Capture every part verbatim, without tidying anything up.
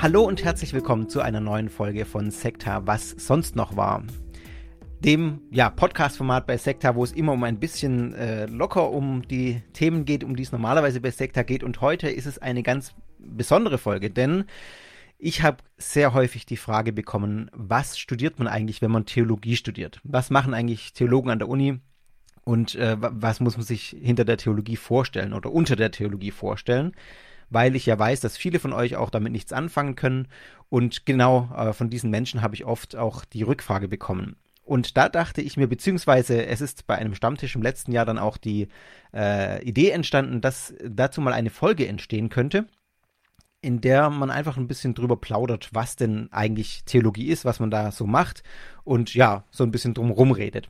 Hallo und herzlich willkommen zu einer neuen Folge von Sekta, was sonst noch war. Dem ja, Podcast-Format bei Sekta, wo es immer um ein bisschen äh, locker um die Themen geht, um die es normalerweise bei Sekta geht. Und heute ist es eine ganz besondere Folge, denn ich habe sehr häufig die Frage bekommen, was studiert man eigentlich, wenn man Theologie studiert? Was machen eigentlich Theologen an der Uni? Und äh, was muss man sich hinter der Theologie vorstellen oder unter der Theologie vorstellen? Weil ich ja weiß, dass viele von euch auch damit nichts anfangen können. Und genau äh, von diesen Menschen habe ich oft auch die Rückfrage bekommen. Und da dachte ich mir, beziehungsweise es ist bei einem Stammtisch im letzten Jahr dann auch die äh, Idee entstanden, dass dazu mal eine Folge entstehen könnte, in der man einfach ein bisschen drüber plaudert, was denn eigentlich Theologie ist, was man da so macht und ja, so ein bisschen drumherum redet.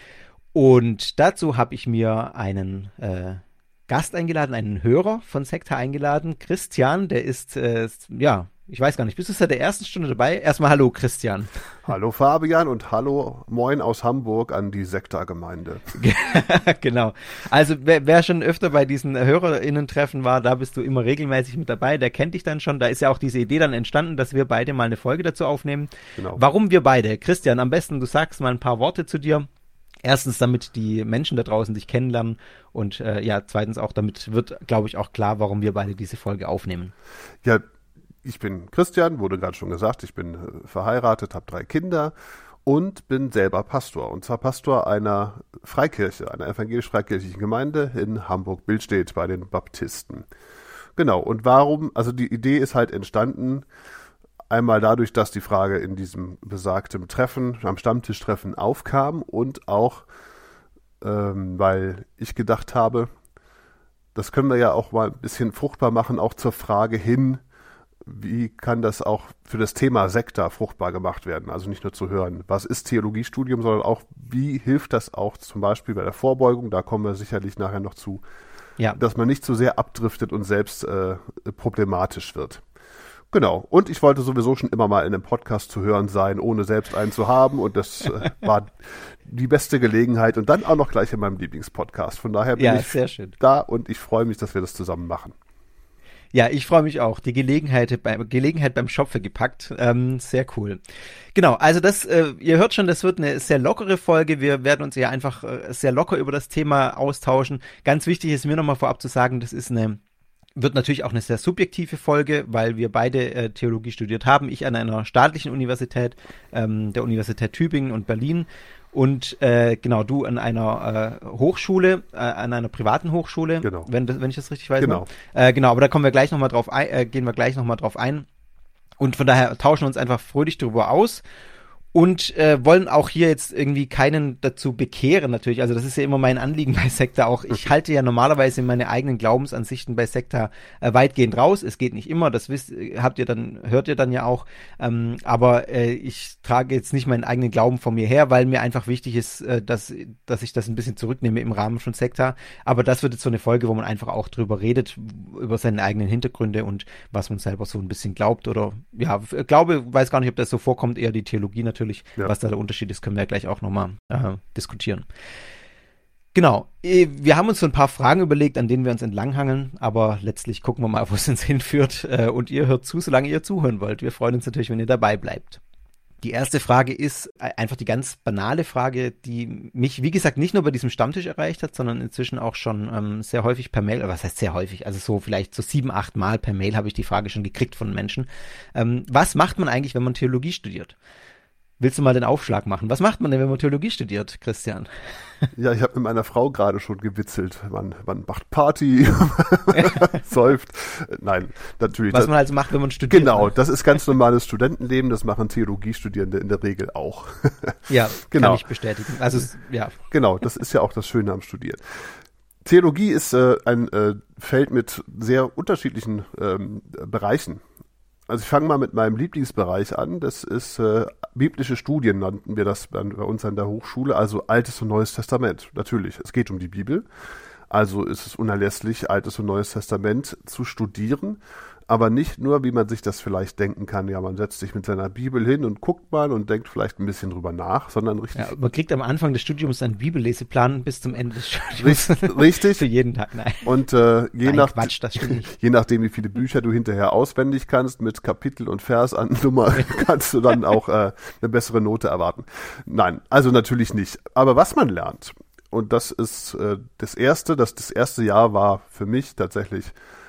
Und dazu habe ich mir einen äh, Gast eingeladen, einen Hörer von Sekta eingeladen, Christian, der ist, äh, ja, ich weiß gar nicht, bist du seit der ersten Stunde dabei? Erstmal hallo Christian. Hallo Fabian und hallo, moin aus Hamburg an die Sekta-Gemeinde. Genau, also wer, wer schon öfter bei diesen HörerInnen-Treffen war, da bist du immer regelmäßig mit dabei, der kennt dich dann schon, da ist ja auch diese Idee dann entstanden, dass wir beide mal eine Folge dazu aufnehmen. Genau. Warum wir beide? Christian, am besten du sagst mal ein paar Worte zu dir. Erstens, damit die Menschen da draußen dich kennenlernen und äh, ja, zweitens auch, damit wird, glaube ich, auch klar, warum wir beide diese Folge aufnehmen. Ja, ich bin Christian, wurde gerade schon gesagt, ich bin äh, verheiratet, habe drei Kinder und bin selber Pastor. Und zwar Pastor einer Freikirche, einer evangelisch-freikirchlichen Gemeinde in Hamburg-Billstedt bei den Baptisten. Genau, und warum, also die Idee ist halt entstanden, einmal dadurch, dass die Frage in diesem besagten Treffen, am Stammtischtreffen aufkam und auch, ähm, weil ich gedacht habe, das können wir ja auch mal ein bisschen fruchtbar machen, auch zur Frage hin, wie kann das auch für das Thema Sekta fruchtbar gemacht werden? Also nicht nur zu hören, was ist Theologiestudium, sondern auch, wie hilft das auch zum Beispiel bei der Vorbeugung, da kommen wir sicherlich nachher noch zu, ja, dass man nicht zu sehr abdriftet und selbst äh, problematisch wird. Genau, und ich wollte sowieso schon immer mal in einem Podcast zu hören sein, ohne selbst einen zu haben und das äh, war die beste Gelegenheit und dann auch noch gleich in meinem Lieblingspodcast. Von daher bin ja, ich sehr schön. Da und ich freue mich, dass wir das zusammen machen. Ja, ich freue mich auch. Die Gelegenheit, bei, Gelegenheit beim Schopfe gepackt. Ähm, sehr cool. Genau, also das, äh, ihr hört schon, das wird eine sehr lockere Folge. Wir werden uns ja einfach äh, sehr locker über das Thema austauschen. Ganz wichtig ist mir nochmal vorab zu sagen, das ist eine wird natürlich auch eine sehr subjektive Folge, weil wir beide äh, Theologie studiert haben. Ich an einer staatlichen Universität, ähm, der Universität Tübingen und Berlin und äh, genau, du an einer äh, Hochschule, äh, an einer privaten Hochschule, genau. wenn, das, wenn ich das richtig weiß. Genau. Äh, genau, aber da kommen wir gleich nochmal drauf ein, äh, gehen wir gleich nochmal drauf ein. Und von daher tauschen wir uns einfach fröhlich darüber aus. Und äh, wollen auch hier jetzt irgendwie keinen dazu bekehren natürlich. Also das ist ja immer mein Anliegen bei Sekta auch. Ich halte ja normalerweise meine eigenen Glaubensansichten bei Sekta äh, weitgehend raus. Es geht nicht immer, das wisst, habt ihr dann, hört ihr dann ja auch. Ähm, aber äh, ich trage jetzt nicht meinen eigenen Glauben von mir her, weil mir einfach wichtig ist, äh, dass, dass ich das ein bisschen zurücknehme im Rahmen von Sekta. Aber das wird jetzt so eine Folge, wo man einfach auch drüber redet, über seine eigenen Hintergründe und was man selber so ein bisschen glaubt. Oder ja, glaube, weiß gar nicht, ob das so vorkommt, eher die Theologie natürlich. Ja. Was da der Unterschied ist, können wir ja gleich auch nochmal äh, diskutieren. Genau, wir haben uns so ein paar Fragen überlegt, an denen wir uns entlanghangeln, aber letztlich gucken wir mal, wo es uns hinführt äh, und ihr hört zu, solange ihr zuhören wollt. Wir freuen uns natürlich, wenn ihr dabei bleibt. Die erste Frage ist einfach die ganz banale Frage, die mich, wie gesagt, nicht nur bei diesem Stammtisch erreicht hat, sondern inzwischen auch schon ähm, sehr häufig per Mail, was heißt sehr häufig, also so vielleicht so sieben, acht Mal per Mail habe ich die Frage schon gekriegt von Menschen. Ähm, was macht man eigentlich, wenn man Theologie studiert? Willst du mal den Aufschlag machen? Was macht man denn, wenn man Theologie studiert, Christian? Ja, ich habe mit meiner Frau gerade schon gewitzelt. Man, man macht Party, säuft. Nein, natürlich. Was man also macht, wenn man studiert. Genau, das ist ganz normales Studentenleben. Das machen Theologiestudierende in der Regel auch. Ja, genau. Kann ich bestätigen. Also, ja. Genau, das ist ja auch das Schöne am Studieren. Theologie ist äh, ein äh, Feld mit sehr unterschiedlichen ähm, Bereichen. Also ich fange mal mit meinem Lieblingsbereich an, das ist äh, biblische Studien, nannten wir das bei uns an der Hochschule, also Altes und Neues Testament. Natürlich, es geht um die Bibel, Also ist es unerlässlich, Altes und Neues Testament zu studieren, aber nicht nur, wie man sich das vielleicht denken kann, ja, man setzt sich mit seiner Bibel hin und guckt mal und denkt vielleicht ein bisschen drüber nach, sondern richtig. Ja, man kriegt am Anfang des Studiums einen Bibelleseplan bis zum Ende des Studiums. Richtig. Für jeden Tag, nein. Und äh, je, nein, nach, Quatsch, das stimmt nicht. je nachdem, wie viele Bücher du hinterher auswendig kannst, mit Kapitel und Vers an Nummer, kannst du dann auch äh, eine bessere Note erwarten. Nein, also natürlich nicht. Aber was man lernt, und das ist äh, das erste, das, das erste Jahr war für mich tatsächlich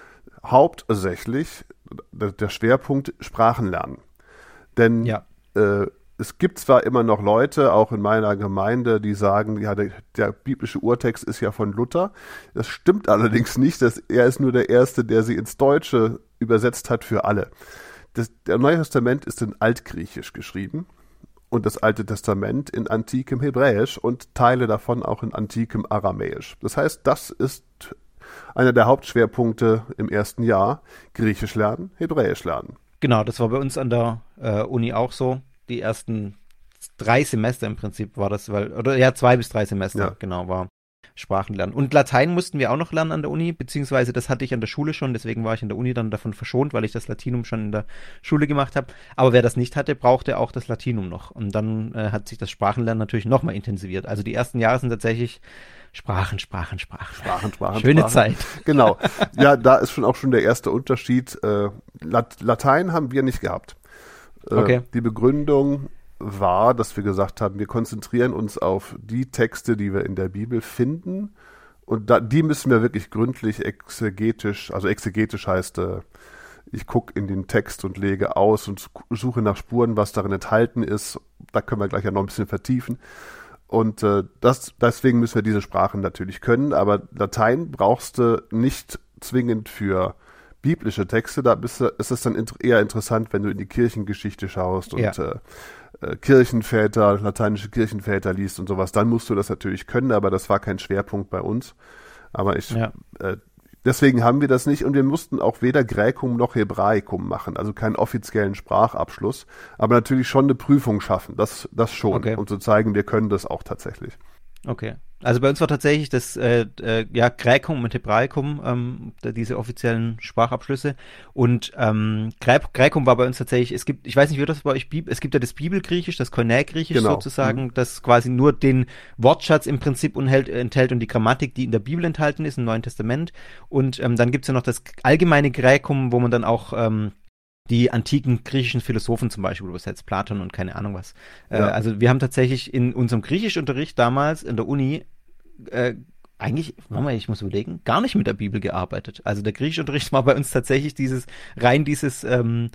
hauptsächlich der, der Schwerpunkt Sprachenlernen. Denn ja. äh, es gibt zwar immer noch Leute, auch in meiner Gemeinde, die sagen, ja, der, der biblische Urtext ist ja von Luther. Das stimmt allerdings nicht. Das, er ist nur der Erste, der sie ins Deutsche übersetzt hat für alle. Das, der Neue Testament ist in Altgriechisch geschrieben und das Alte Testament in antikem Hebräisch und Teile davon auch in antikem Aramäisch. Das heißt, das ist einer der Hauptschwerpunkte im ersten Jahr: Griechisch lernen, Hebräisch lernen. Genau, das war bei uns an der äh, Uni auch so. Die ersten drei Semester im Prinzip war das, weil, oder ja, zwei bis drei Semester, Ja. genau, war Sprachenlernen. Und Latein mussten wir auch noch lernen an der Uni, beziehungsweise das hatte ich an der Schule schon, deswegen war ich an der Uni dann davon verschont, weil ich das Latinum schon in der Schule gemacht habe. Aber wer das nicht hatte, brauchte auch das Latinum noch. Und dann äh, hat sich das Sprachenlernen natürlich nochmal intensiviert. Also die ersten Jahre sind tatsächlich Sprachen, Sprachen, Sprachen. Sprachen, Sprachen, Schöne Sprachen. Zeit. Genau. Ja, da ist schon auch schon der erste Unterschied. Äh, Lat- Latein haben wir nicht gehabt. Äh, Okay. Die Begründung war, dass wir gesagt haben, wir konzentrieren uns auf die Texte, die wir in der Bibel finden, und da, die müssen wir wirklich gründlich exegetisch, also exegetisch heißt, äh, ich gucke in den Text und lege aus und suche nach Spuren, was darin enthalten ist. Da können wir gleich ja noch ein bisschen vertiefen. Und äh, das, deswegen müssen wir diese Sprachen natürlich können, aber Latein brauchst du nicht zwingend für biblische Texte. Da bist du, ist es dann int- eher interessant, wenn du in die Kirchengeschichte schaust und Ja. äh, äh, Kirchenväter, lateinische Kirchenväter liest und sowas. Dann musst du das natürlich können, aber das war kein Schwerpunkt bei uns. Aber ich, Ja. äh, deswegen haben wir das nicht, und wir mussten auch weder Graecum noch Hebraicum machen, also keinen offiziellen Sprachabschluss, aber natürlich schon eine Prüfung schaffen, das, das schon, Okay. um zu zeigen, wir können das auch tatsächlich. Okay. Also bei uns war tatsächlich das äh, äh, ja, Graecum und Hebraicum, ähm, da- diese offiziellen Sprachabschlüsse. Und ähm, Grae- Graecum war bei uns tatsächlich, es gibt, ich weiß nicht, wie das bei euch, Bib- es gibt ja das Bibelgriechisch, das Koinägriechisch Genau. sozusagen, das quasi nur den Wortschatz im Prinzip unhält, enthält und die Grammatik, die in der Bibel enthalten ist, im Neuen Testament. Und ähm, dann gibt's ja noch das allgemeine Graecum, wo man dann auch ähm, die antiken griechischen Philosophen zum Beispiel übersetzt, Platon und keine Ahnung was. Äh, Ja. also wir haben tatsächlich in unserem Griechischunterricht damals in der Uni äh, eigentlich, warte mal, ich muss überlegen, gar nicht mit der Bibel gearbeitet. Also der Griechischunterricht war bei uns tatsächlich dieses, rein dieses, ähm,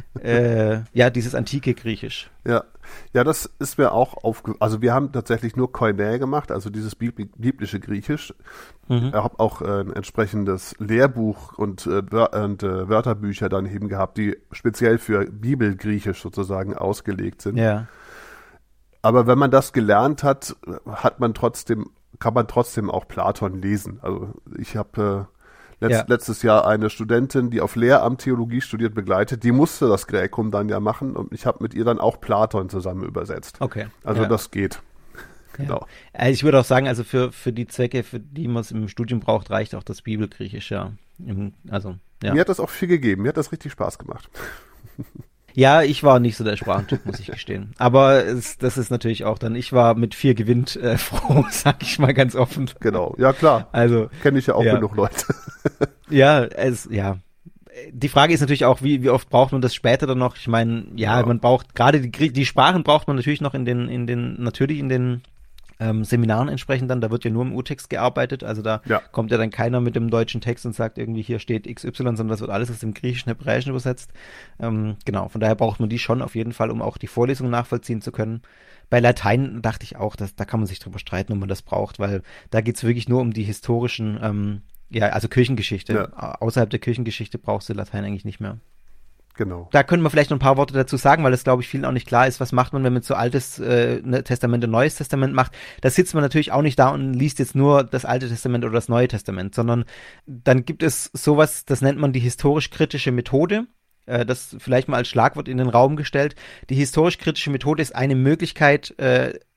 äh, ja, dieses antike Griechisch. Ja, ja, das ist mir auch aufge... Also wir haben tatsächlich nur Koinä gemacht, also dieses bibli- biblische Griechisch. Mhm. Ich habe auch äh, ein entsprechendes Lehrbuch und, äh, Wör- und äh, Wörterbücher dann eben gehabt, die speziell für Bibelgriechisch sozusagen ausgelegt sind. Ja, Aber wenn man das gelernt hat, hat man trotzdem, kann man trotzdem auch Platon lesen. Also ich habe äh, letzt, Ja. letztes Jahr eine Studentin, die auf Lehramt Theologie studiert, begleitet. Die musste das Graecum dann ja machen, und ich habe mit ihr dann auch Platon zusammen übersetzt. okay. Also ja. das geht. Ja. Genau. Also ich würde auch sagen, also für, für die Zwecke, für die man es im Studium braucht, reicht auch das Bibelgriechisch, ja. Im, also, ja. Mir hat das auch viel gegeben. Mir hat das richtig Spaß gemacht. Ja, ich war nicht so der Sprachentyp, muss ich gestehen. Aber es, das ist natürlich auch dann, ich war mit vier gewinnt äh, froh, sag ich mal ganz offen. Genau. Ja, klar. Also, Kenne ich ja auch Ja. genug Leute. ja, es, ja. Die Frage ist natürlich auch, wie, wie oft braucht man das später dann noch? Ich meine, ja, Ja. man braucht, gerade die, Grie- die Sprachen braucht man natürlich noch in den, in den, natürlich in den ähm, Seminaren entsprechend dann, da wird ja nur im Urtext gearbeitet, also da Ja. kommt ja dann keiner mit dem deutschen Text und sagt irgendwie, hier steht X Y, sondern das wird alles aus dem Griechischen, Hebräischen übersetzt. Ähm, genau, von daher braucht man die schon auf jeden Fall, um auch die Vorlesung nachvollziehen zu können. Bei Latein dachte ich auch, dass, da kann man sich drüber streiten, ob man das braucht, weil da geht's wirklich nur um die historischen, ähm, ja, also Kirchengeschichte. Ja. Außerhalb der Kirchengeschichte brauchst du Latein eigentlich nicht mehr. Genau. Da können wir vielleicht noch ein paar Worte dazu sagen, weil das, glaube ich, vielen auch nicht klar ist. Was macht man, wenn man so altes äh, ne, Testament und Neues Testament macht? Da sitzt man natürlich auch nicht da und liest jetzt nur das Alte Testament oder das Neue Testament, sondern dann gibt es sowas, das nennt man die historisch-kritische Methode. Äh, das vielleicht mal als Schlagwort in den Raum gestellt. Die historisch-kritische Methode ist eine Möglichkeit, äh,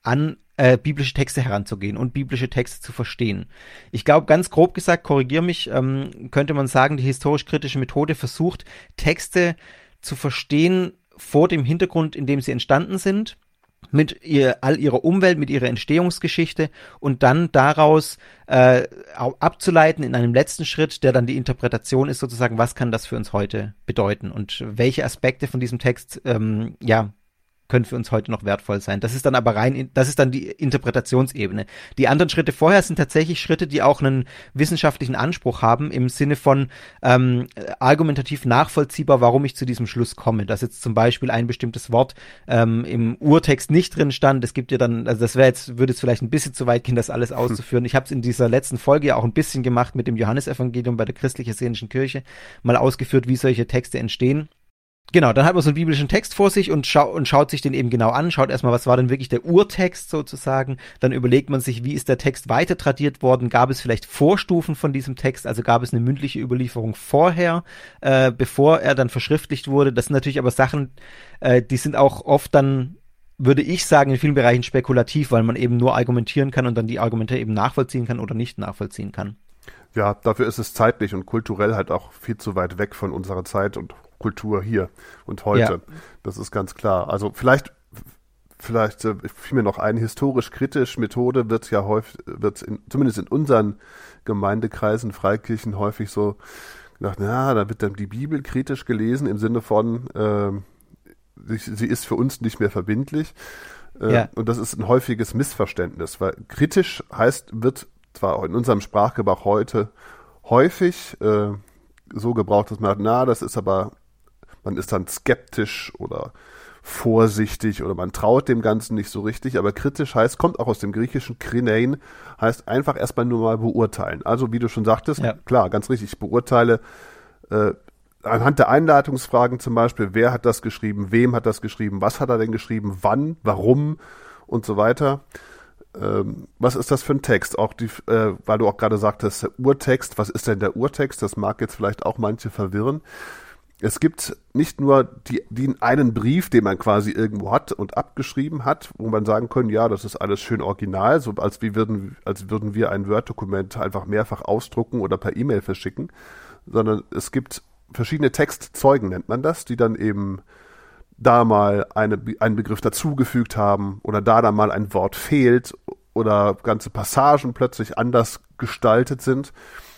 an äh, biblische Texte heranzugehen und biblische Texte zu verstehen. Ich glaube, ganz grob gesagt, korrigiere mich, ähm, könnte man sagen, die historisch-kritische Methode versucht, Texte zu verstehen vor dem Hintergrund, in dem sie entstanden sind, mit ihr, all ihrer Umwelt, mit ihrer Entstehungsgeschichte und dann daraus äh, abzuleiten in einem letzten Schritt, der dann die Interpretation ist sozusagen, was kann das für uns heute bedeuten und welche Aspekte von diesem Text, ähm, ja, können für uns heute noch wertvoll sein. Das ist dann aber rein, das ist dann die Interpretationsebene. Die anderen Schritte vorher sind tatsächlich Schritte, die auch einen wissenschaftlichen Anspruch haben, im Sinne von ähm, argumentativ nachvollziehbar, warum ich zu diesem Schluss komme. Dass jetzt zum Beispiel ein bestimmtes Wort ähm, im Urtext nicht drin stand. Es gibt ja dann, also das wäre jetzt, würde jetzt vielleicht ein bisschen zu weit gehen, das alles auszuführen. Ich habe es in dieser letzten Folge ja auch ein bisschen gemacht mit dem Johannesevangelium bei der Christlich-Essenischen Kirche, mal ausgeführt, wie solche Texte entstehen. Genau, dann hat man so einen biblischen Text vor sich und, schau und schaut sich den eben genau an, schaut erstmal, was war denn wirklich der Urtext sozusagen, dann überlegt man sich, wie ist der Text weiter tradiert worden, gab es vielleicht Vorstufen von diesem Text, also gab es eine mündliche Überlieferung vorher, äh, bevor er dann verschriftlicht wurde. Das sind natürlich aber Sachen, äh, die sind auch oft dann, würde ich sagen, in vielen Bereichen spekulativ, weil man eben nur argumentieren kann und dann die Argumente eben nachvollziehen kann oder nicht nachvollziehen kann. Ja, dafür ist es zeitlich und kulturell halt auch viel zu weit weg von unserer Zeit und Kultur hier und heute. Ja. Das ist ganz klar. Also vielleicht, vielleicht äh, fiel mir noch ein, historisch-kritisch Methode wird ja häufig, wird in, zumindest in unseren Gemeindekreisen, Freikirchen häufig so gedacht, na, da wird dann die Bibel kritisch gelesen im Sinne von, äh, sie, sie ist für uns nicht mehr verbindlich. Äh, ja. Und das ist ein häufiges Missverständnis, weil kritisch heißt, wird zwar auch in unserem Sprachgebrauch heute häufig äh, so gebraucht, dass man sagt, na, das ist aber, man ist dann skeptisch oder vorsichtig oder man traut dem Ganzen nicht so richtig, aber kritisch heißt, kommt auch aus dem griechischen krinein, heißt einfach erstmal nur mal beurteilen. Also wie du schon sagtest, ja. Klar, ganz richtig, ich beurteile äh, anhand der Einleitungsfragen zum Beispiel, wer hat das geschrieben, wem hat das geschrieben, was hat er denn geschrieben, wann, warum und so weiter. Ähm, was ist das für ein Text? Auch die, äh, weil du auch gerade sagtest, der Urtext, was ist denn der Urtext? Das mag jetzt vielleicht auch manche verwirren. Es gibt nicht nur die, den einen Brief, den man quasi irgendwo hat und abgeschrieben hat, wo man sagen kann, ja, das ist alles schön original, so als wie würden, als würden wir ein Word-Dokument einfach mehrfach ausdrucken oder per E-Mail verschicken, sondern es gibt verschiedene Textzeugen, nennt man das, die dann eben da mal eine, einen Begriff dazugefügt haben oder da dann mal ein Wort fehlt oder ganze Passagen plötzlich anders gestaltet sind.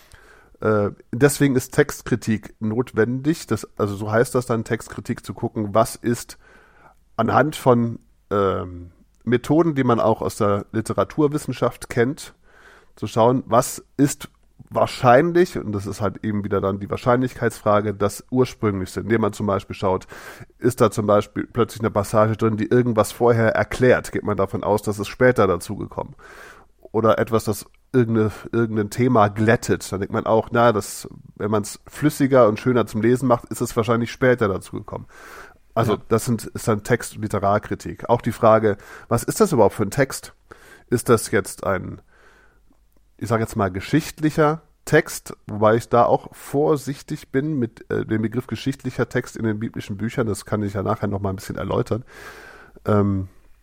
Äh, deswegen ist Textkritik notwendig. Das, also so heißt das dann, Textkritik zu gucken, was ist anhand von ähm, Methoden, die man auch aus der Literaturwissenschaft kennt, zu schauen, was ist wahrscheinlich, und das ist halt eben wieder dann die Wahrscheinlichkeitsfrage, das Ursprünglichste, indem man zum Beispiel schaut, ist da zum Beispiel plötzlich eine Passage drin, die irgendwas vorher erklärt, geht man davon aus, dass es später dazugekommen. Oder etwas, das irgendeine, irgendein Thema glättet, dann denkt man auch, na, das, wenn man es flüssiger und schöner zum Lesen macht, ist es wahrscheinlich später dazugekommen. Also ja. Das sind, ist dann Text- und Literarkritik. Auch die Frage, was ist das überhaupt für ein Text? Ist das jetzt ein, ich sage jetzt mal, geschichtlicher Text, wobei ich da auch vorsichtig bin mit äh, dem Begriff geschichtlicher Text in den biblischen Büchern, das kann ich ja nachher noch mal ein bisschen erläutern. Ähm,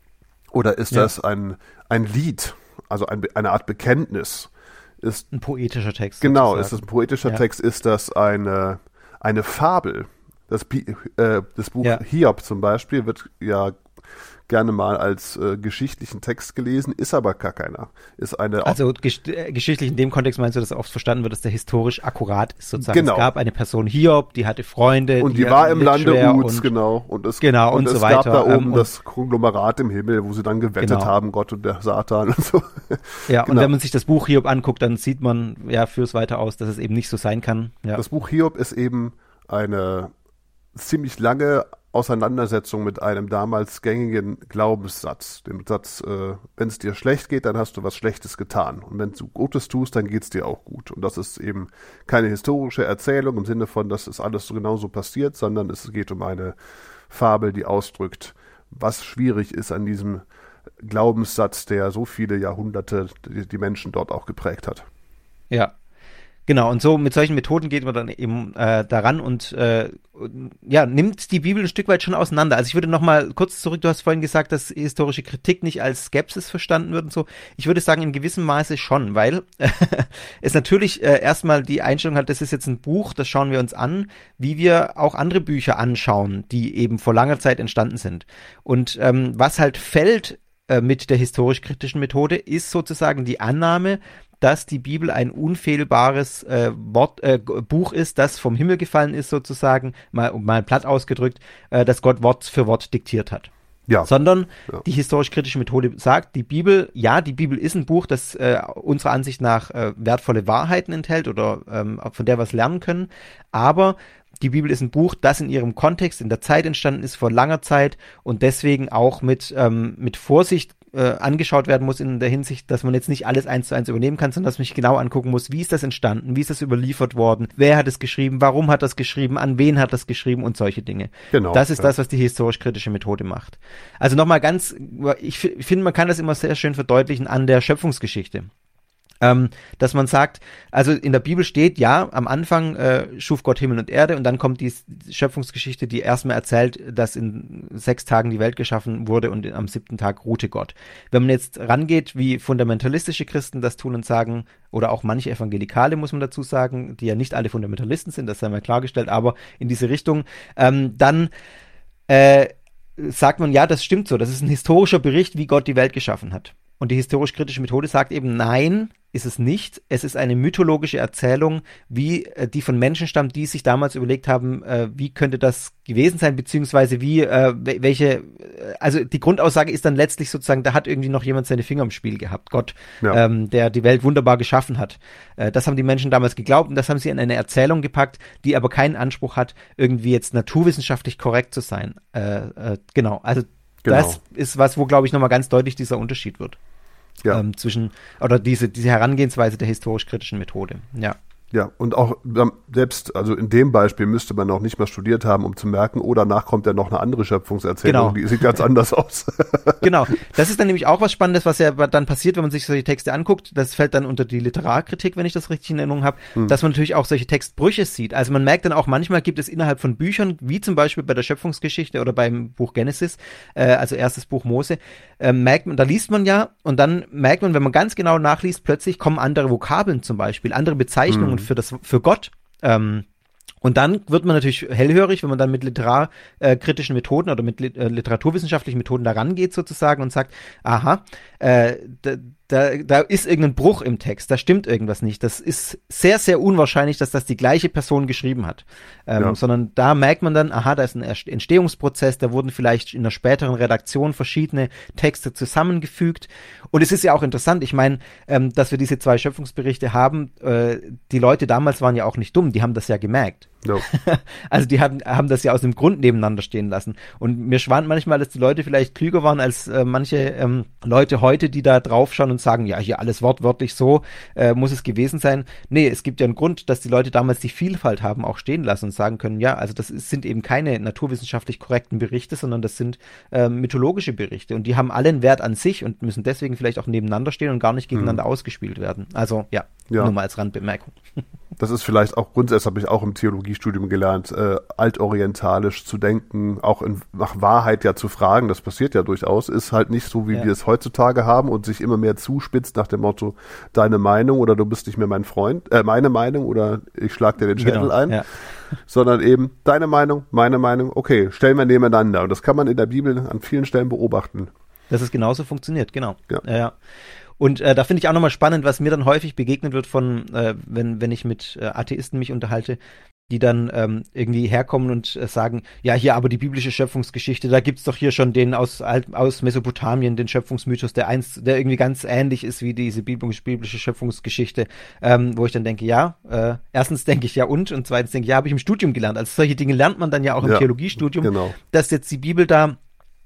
oder ist ja. das ein, ein Lied, also ein, eine Art Bekenntnis? Ist ein poetischer Text. Genau, sozusagen. Ist das ein poetischer ja. Text? Ist das eine, eine Fabel? Das, äh, das Buch ja. Hiob zum Beispiel wird ja gerne mal als äh, geschichtlichen Text gelesen, ist aber gar keiner. Ist eine also gesch- äh, geschichtlich in dem Kontext meinst du, dass oft verstanden wird, dass der historisch akkurat ist sozusagen. Genau. Es gab eine Person Hiob, die hatte Freunde. Und die, die war im Lande Uz, genau. Und es, genau, und, und so es weiter. gab da oben ähm, das Konglomerat im Himmel, wo sie dann gewettet genau. haben, Gott und der Satan und so. Ja, genau. Und wenn man sich das Buch Hiob anguckt, dann sieht man, ja, fürs weiter aus, dass es eben nicht so sein kann. Ja. Das Buch Hiob ist eben eine ziemlich lange Auseinandersetzung mit einem damals gängigen Glaubenssatz. Dem Satz, äh, wenn es dir schlecht geht, dann hast du was Schlechtes getan. Und wenn du Gutes tust, dann geht es dir auch gut. Und das ist eben keine historische Erzählung im Sinne von, dass es alles so genauso passiert, sondern es geht um eine Fabel, die ausdrückt, was schwierig ist an diesem Glaubenssatz, der so viele Jahrhunderte die, die Menschen dort auch geprägt hat. Ja. Genau, und so mit solchen Methoden geht man dann eben äh, daran und äh, ja, nimmt die Bibel ein Stück weit schon auseinander. Also ich würde noch mal kurz zurück, du hast vorhin gesagt, dass historische Kritik nicht als Skepsis verstanden wird und so. Ich würde sagen, in gewissem Maße schon, weil äh, es natürlich äh, erstmal die Einstellung hat, das ist jetzt ein Buch, das schauen wir uns an, wie wir auch andere Bücher anschauen, die eben vor langer Zeit entstanden sind. Und ähm, was halt fällt äh, mit der historisch-kritischen Methode, ist sozusagen die Annahme, dass die Bibel ein unfehlbares äh, Wort, äh, Buch ist, das vom Himmel gefallen ist sozusagen, mal, mal platt ausgedrückt, äh, das Gott Wort für Wort diktiert hat. Ja. Sondern ja. die historisch-kritische Methode sagt, die Bibel, ja, die Bibel ist ein Buch, das äh, unserer Ansicht nach äh, wertvolle Wahrheiten enthält oder ähm, von der wir was lernen können, aber die Bibel ist ein Buch, das in ihrem Kontext, in der Zeit entstanden ist, vor langer Zeit und deswegen auch mit, ähm, mit Vorsicht äh, angeschaut werden muss in der Hinsicht, dass man jetzt nicht alles eins zu eins übernehmen kann, sondern dass man sich genau angucken muss, wie ist das entstanden, wie ist das überliefert worden, wer hat es geschrieben, warum hat das geschrieben, an wen hat das geschrieben und solche Dinge. Genau. Das ist ja. das, was die historisch-kritische Methode macht. Also nochmal ganz, ich, f- ich finde, man kann das immer sehr schön verdeutlichen an der Schöpfungsgeschichte. Ähm, dass man sagt, also in der Bibel steht, ja, am Anfang äh, schuf Gott Himmel und Erde und dann kommt die Schöpfungsgeschichte, die erstmal erzählt, dass in sechs Tagen die Welt geschaffen wurde und am siebten Tag ruhte Gott. Wenn man jetzt rangeht, wie fundamentalistische Christen das tun und sagen, oder auch manche Evangelikale, muss man dazu sagen, die ja nicht alle Fundamentalisten sind, das sei mal klargestellt, aber in diese Richtung, ähm, dann äh, sagt man, ja, das stimmt so, das ist ein historischer Bericht, wie Gott die Welt geschaffen hat. Und die historisch-kritische Methode sagt eben, nein, ist es nicht. Es ist eine mythologische Erzählung, wie äh, die von Menschen stammt, die sich damals überlegt haben, äh, wie könnte das gewesen sein, beziehungsweise wie, äh, welche, also die Grundaussage ist dann letztlich sozusagen, da hat irgendwie noch jemand seine Finger im Spiel gehabt, Gott, ja. ähm, der die Welt wunderbar geschaffen hat. Äh, das haben die Menschen damals geglaubt und das haben sie in eine Erzählung gepackt, die aber keinen Anspruch hat, irgendwie jetzt naturwissenschaftlich korrekt zu sein. Äh, äh, genau, also Genau. Das ist was, wo, glaube ich, nochmal ganz deutlich dieser Unterschied wird. Ja. Ähm, zwischen, oder diese, diese Herangehensweise der historisch-kritischen Methode. Ja. Ja, und auch selbst, also in dem Beispiel müsste man noch nicht mal studiert haben, um zu merken, oh, danach kommt ja noch eine andere Schöpfungserzählung, Genau. die sieht ganz anders aus. Genau, das ist dann nämlich auch was Spannendes, was ja dann passiert, wenn man sich solche Texte anguckt. Das fällt dann unter die Literarkritik, wenn ich das richtig in Erinnerung habe, hm. dass man natürlich auch solche Textbrüche sieht. Also man merkt dann auch, manchmal gibt es innerhalb von Büchern, wie zum Beispiel bei der Schöpfungsgeschichte oder beim Buch Genesis, äh, also erstes Buch Mose, äh, merkt man, da liest man ja und dann merkt man, wenn man ganz genau nachliest, plötzlich kommen andere Vokabeln zum Beispiel, andere Bezeichnungen hm. für das, für Gott. Ähm, Und dann wird man natürlich hellhörig, wenn man dann mit literarkritischen Methoden oder mit literaturwissenschaftlichen Methoden da rangeht sozusagen und sagt, aha, äh, da, da, da ist irgendein Bruch im Text, da stimmt irgendwas nicht. Das ist sehr, sehr unwahrscheinlich, dass das die gleiche Person geschrieben hat. Ähm, ja. Sondern da merkt man dann, aha, da ist ein Entstehungsprozess, da wurden vielleicht in einer späteren Redaktion verschiedene Texte zusammengefügt. Und es ist ja auch interessant, ich meine, ähm, dass wir diese zwei Schöpfungsberichte haben, äh, die Leute damals waren ja auch nicht dumm, die haben das ja gemerkt. No. Also die haben, haben das ja aus dem Grund nebeneinander stehen lassen. Und mir schwant manchmal, dass die Leute vielleicht klüger waren als äh, manche ähm, Leute heute, die da draufschauen und sagen, ja, hier alles wortwörtlich so, äh, muss es gewesen sein. Nee, es gibt ja einen Grund, dass die Leute damals die Vielfalt haben auch stehen lassen und sagen können, ja, also das ist, sind eben keine naturwissenschaftlich korrekten Berichte, sondern das sind äh, mythologische Berichte. Und die haben alle einen Wert an sich und müssen deswegen vielleicht auch nebeneinander stehen und gar nicht gegeneinander hm. ausgespielt werden. Also ja, ja, nur mal als Randbemerkung. Das ist vielleicht auch, grundsätzlich habe ich auch im Theologiestudium gelernt, äh, altorientalisch zu denken, auch in, nach Wahrheit ja zu fragen, das passiert ja durchaus, ist halt nicht so, wie ja. wir es heutzutage haben und sich immer mehr zuspitzt nach dem Motto, deine Meinung oder du bist nicht mehr mein Freund, äh, meine Meinung oder ich schlag dir den Schädel genau, ein, ja. sondern eben deine Meinung, meine Meinung, okay, stellen wir nebeneinander und das kann man in der Bibel an vielen Stellen beobachten. Dass es genauso funktioniert, genau. Ja. Ja, ja. Und äh, da finde ich auch nochmal spannend, was mir dann häufig begegnet wird von, äh, wenn, wenn ich mit äh, Atheisten mich unterhalte, die dann ähm, irgendwie herkommen und äh, sagen, ja, hier aber die biblische Schöpfungsgeschichte, da gibt's doch hier schon den aus, aus Mesopotamien, den Schöpfungsmythos, der einst, der irgendwie ganz ähnlich ist wie diese biblische Schöpfungsgeschichte, ähm, wo ich dann denke, ja, äh, erstens denke ich ja und, und zweitens denke ich, ja, habe ich im Studium gelernt. Also solche Dinge lernt man dann ja auch im ja, Theologiestudium, genau. dass jetzt die Bibel da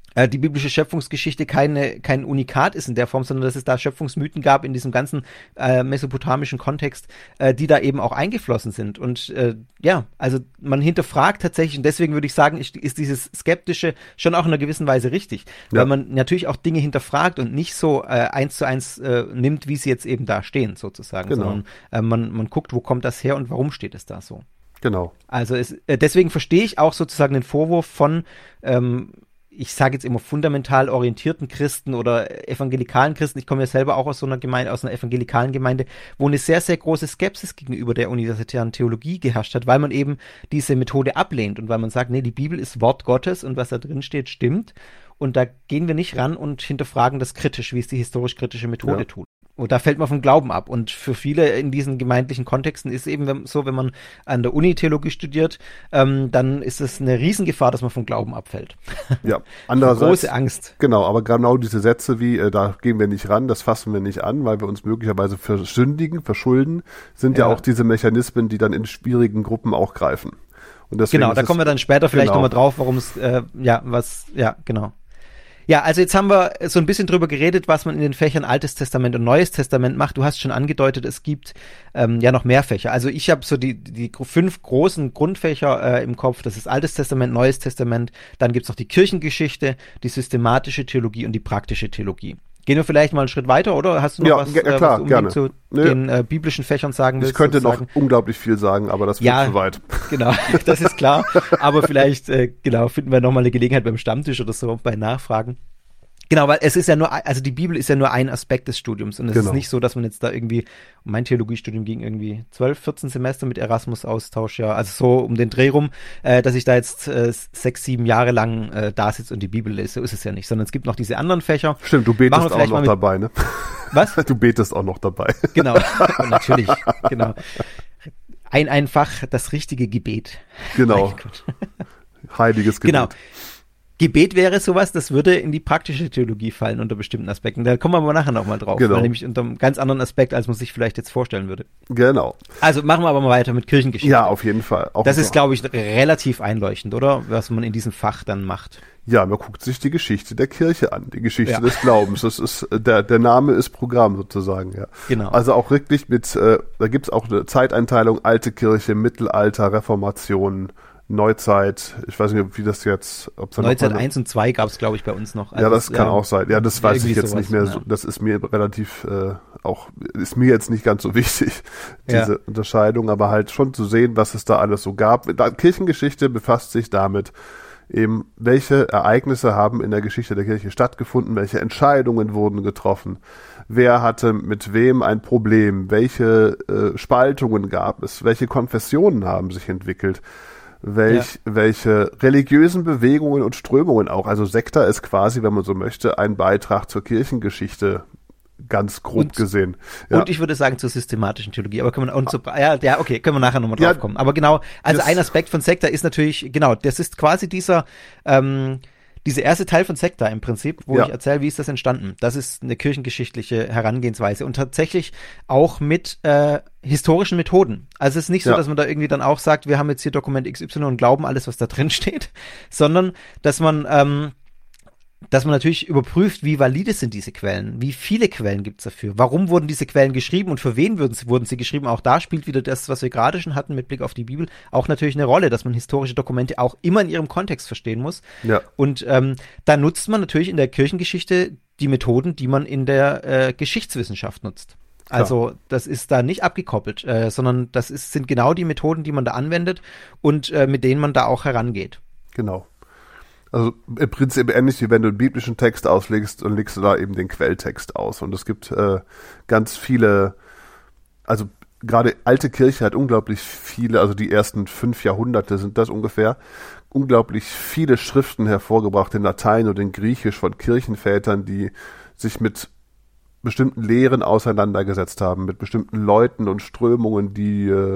äh, die biblische Schöpfungsgeschichte keine, kein Unikat ist in der Form, sondern dass es da Schöpfungsmythen gab in diesem ganzen äh, mesopotamischen Kontext, äh, die da eben auch eingeflossen sind. Und äh, ja, also man hinterfragt tatsächlich, und deswegen würde ich sagen, ist, ist dieses Skeptische schon auch in einer gewissen Weise richtig, ja. Weil man natürlich auch Dinge hinterfragt und nicht so äh, eins zu eins äh, nimmt, wie sie jetzt eben da stehen, sozusagen, genau. sondern äh, man, man guckt, wo kommt das her und warum steht es da so. Genau. Also es, äh, deswegen verstehe ich auch sozusagen den Vorwurf von ähm, ich sage jetzt immer fundamental orientierten Christen oder evangelikalen Christen. Ich komme ja selber auch aus so einer Gemeinde, aus einer evangelikalen Gemeinde, wo eine sehr, sehr große Skepsis gegenüber der universitären Theologie geherrscht hat, weil man eben diese Methode ablehnt und weil man sagt, nee, die Bibel ist Wort Gottes und was da drin steht, stimmt. Und da gehen wir nicht ran und hinterfragen das kritisch, wie es die historisch-kritische Methode ja. tut. Und da fällt man vom Glauben ab. Und für viele in diesen gemeindlichen Kontexten ist eben so, wenn man an der Uni Theologie studiert, ähm, dann ist es eine Riesengefahr, dass man vom Glauben abfällt. Ja, andererseits. Große Angst. Genau, aber genau diese Sätze wie, äh, da gehen wir nicht ran, das fassen wir nicht an, weil wir uns möglicherweise versündigen, verschulden, sind ja, ja auch diese Mechanismen, die dann in schwierigen Gruppen auch greifen. Und deswegen genau, da kommen wir dann später vielleicht genau. nochmal drauf, warum es, äh, ja, was, ja, genau. Ja, also jetzt haben wir so ein bisschen drüber geredet, was man in den Fächern Altes Testament und Neues Testament macht. Du hast schon angedeutet, es gibt ähm, ja noch mehr Fächer. Also ich habe so die, die fünf großen Grundfächer äh, im Kopf. Das ist Altes Testament, Neues Testament. Dann gibt's noch die Kirchengeschichte, die systematische Theologie und die praktische Theologie. Gehen wir vielleicht mal einen Schritt weiter, oder hast du noch ja, was, ja, äh, klar, was du gerne. zu nee. den äh, biblischen Fächern sagen willst? Ich könnte sozusagen? noch unglaublich viel sagen, aber das wird ja, zu weit. Genau, das ist klar. Aber vielleicht äh, genau finden wir nochmal eine Gelegenheit beim Stammtisch oder so bei Nachfragen. Genau, weil es ist ja nur, also die Bibel ist ja nur ein Aspekt des Studiums und es genau. ist nicht so, dass man jetzt da irgendwie, mein Theologiestudium ging irgendwie zwölf, vierzehn Semester mit Erasmus-Austausch, ja, also so um den Dreh rum, äh, dass ich da jetzt äh, sechs, sieben Jahre lang äh, da sitze und die Bibel lese, so ist es ja nicht, sondern es gibt noch diese anderen Fächer. Stimmt, du betest auch noch dabei, ne? Was? Du betest auch noch dabei. Genau, natürlich, genau. Ein einfach das richtige Gebet. Genau. Heiliges Gebet. Genau. Gebet wäre sowas, das würde in die praktische Theologie fallen unter bestimmten Aspekten. Da kommen wir aber nachher nochmal drauf, genau. weil nämlich unter einem ganz anderen Aspekt, als man sich vielleicht jetzt vorstellen würde. Genau. Also machen wir aber mal weiter mit Kirchengeschichte. Ja, auf jeden Fall. Auch das ist, so. glaube ich, relativ einleuchtend, oder? Was man in diesem Fach dann macht. Ja, man guckt sich die Geschichte der Kirche an, die Geschichte ja. des Glaubens. Das ist der der Name ist Programm sozusagen, ja. Genau. Also auch wirklich mit, äh, da gibt's auch eine Zeiteinteilung, alte Kirche, Mittelalter, Reformation, Neuzeit, ich weiß nicht, wie das jetzt, ob es dann Neuzeit eins und zwei gab es, glaube ich, bei uns noch. Also ja, das kann ja, auch sein. Ja, das weiß ich jetzt sowas, nicht mehr. Ja. So, das ist mir relativ äh, auch, ist mir jetzt nicht ganz so wichtig, diese ja. Unterscheidung, aber halt schon zu sehen, was es da alles so gab. Da, Kirchengeschichte befasst sich damit, eben, welche Ereignisse haben in der Geschichte der Kirche stattgefunden, welche Entscheidungen wurden getroffen, wer hatte mit wem ein Problem, welche äh, Spaltungen gab es, welche Konfessionen haben sich entwickelt, welch, ja. welche religiösen Bewegungen und Strömungen auch. Also Sekta ist quasi, wenn man so möchte, ein Beitrag zur Kirchengeschichte, ganz grob und, gesehen. Ja. Und ich würde sagen zur systematischen Theologie, aber können wir und so, ja, ja, okay, können wir nachher nochmal drauf ja, kommen. Aber genau, also ein Aspekt von Sekta ist natürlich, genau, das ist quasi dieser, ähm, dieser erste Teil von Sekta im Prinzip, wo ja. ich erzähle, wie ist das entstanden. Das ist eine kirchengeschichtliche Herangehensweise und tatsächlich auch mit äh, historischen Methoden. Also es ist nicht so, ja. dass man da irgendwie dann auch sagt, wir haben jetzt hier Dokument X Y und glauben alles, was da drin steht, sondern dass man ähm, dass man natürlich überprüft, wie valide sind diese Quellen, wie viele Quellen gibt's dafür, warum wurden diese Quellen geschrieben und für wen wurden sie, wurden sie geschrieben. Auch da spielt wieder das, was wir gerade schon hatten mit Blick auf die Bibel, auch natürlich eine Rolle, dass man historische Dokumente auch immer in ihrem Kontext verstehen muss. Ja. Und ähm, da nutzt man natürlich in der Kirchengeschichte die Methoden, die man in der äh, Geschichtswissenschaft nutzt. Also Klar. das ist da nicht abgekoppelt, äh, sondern das ist, sind genau die Methoden, die man da anwendet und äh, mit denen man da auch herangeht. Genau. Also im Prinzip ähnlich wie wenn du einen biblischen Text auslegst und legst du da eben den Quelltext aus. Und es gibt äh, ganz viele, also gerade alte Kirche hat unglaublich viele, also die ersten fünf Jahrhunderte sind das ungefähr, unglaublich viele Schriften hervorgebracht in Latein und in Griechisch von Kirchenvätern, die sich mit bestimmten Lehren auseinandergesetzt haben, mit bestimmten Leuten und Strömungen, die äh,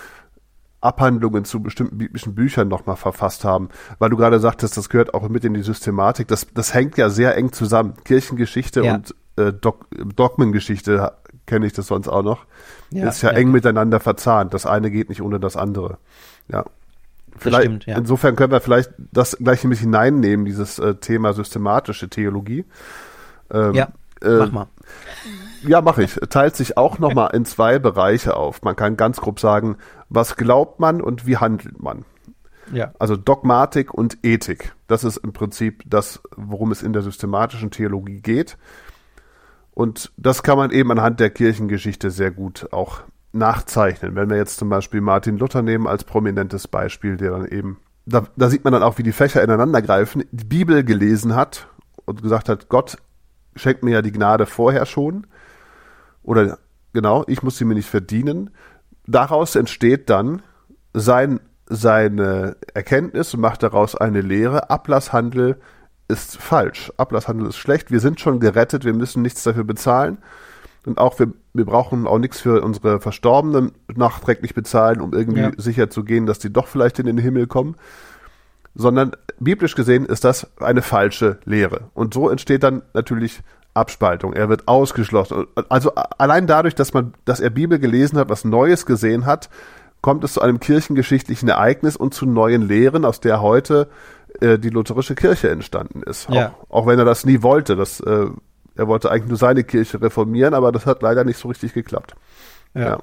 Abhandlungen zu bestimmten biblischen Büchern nochmal verfasst haben, weil du gerade sagtest, das gehört auch mit in die Systematik, das, das hängt ja sehr eng zusammen. Kirchengeschichte ja. und äh, Dog- Dogmengeschichte, kenne ich das sonst auch noch, ja, ist ja, ja eng miteinander verzahnt. Das eine geht nicht ohne das andere. Ja. Vielleicht, stimmt, ja. Insofern können wir vielleicht das gleich ein bisschen hineinnehmen, dieses äh, Thema systematische Theologie. Ähm, ja, äh, mach mal. Ja, mache ich. Teilt sich auch nochmal in zwei Bereiche auf. Man kann ganz grob sagen, was glaubt man und wie handelt man? Ja. Also Dogmatik und Ethik. Das ist im Prinzip das, worum es in der systematischen Theologie geht. Und das kann man eben anhand der Kirchengeschichte sehr gut auch nachzeichnen. Wenn wir jetzt zum Beispiel Martin Luther nehmen als prominentes Beispiel, der dann eben, da, da sieht man dann auch, wie die Fächer ineinander greifen, die Bibel gelesen hat und gesagt hat, Gott schenkt mir ja die Gnade vorher schon. Oder genau, ich muss sie mir nicht verdienen. Daraus entsteht dann sein, seine Erkenntnis und macht daraus eine Lehre. Ablasshandel ist falsch. Ablasshandel ist schlecht. Wir sind schon gerettet. Wir müssen nichts dafür bezahlen. Und auch wir, wir brauchen auch nichts für unsere Verstorbenen nachträglich bezahlen, um irgendwie ja. sicher zu gehen, dass die doch vielleicht in den Himmel kommen. Sondern biblisch gesehen ist das eine falsche Lehre. Und so entsteht dann natürlich Abspaltung. Er wird ausgeschlossen. Also allein dadurch, dass man, dass er Bibel gelesen hat, was Neues gesehen hat, kommt es zu einem kirchengeschichtlichen Ereignis und zu neuen Lehren, aus der heute äh, die lutherische Kirche entstanden ist. Ja. Auch, auch wenn er das nie wollte. Das, äh, er wollte eigentlich nur seine Kirche reformieren, aber das hat leider nicht so richtig geklappt. Ja. ja.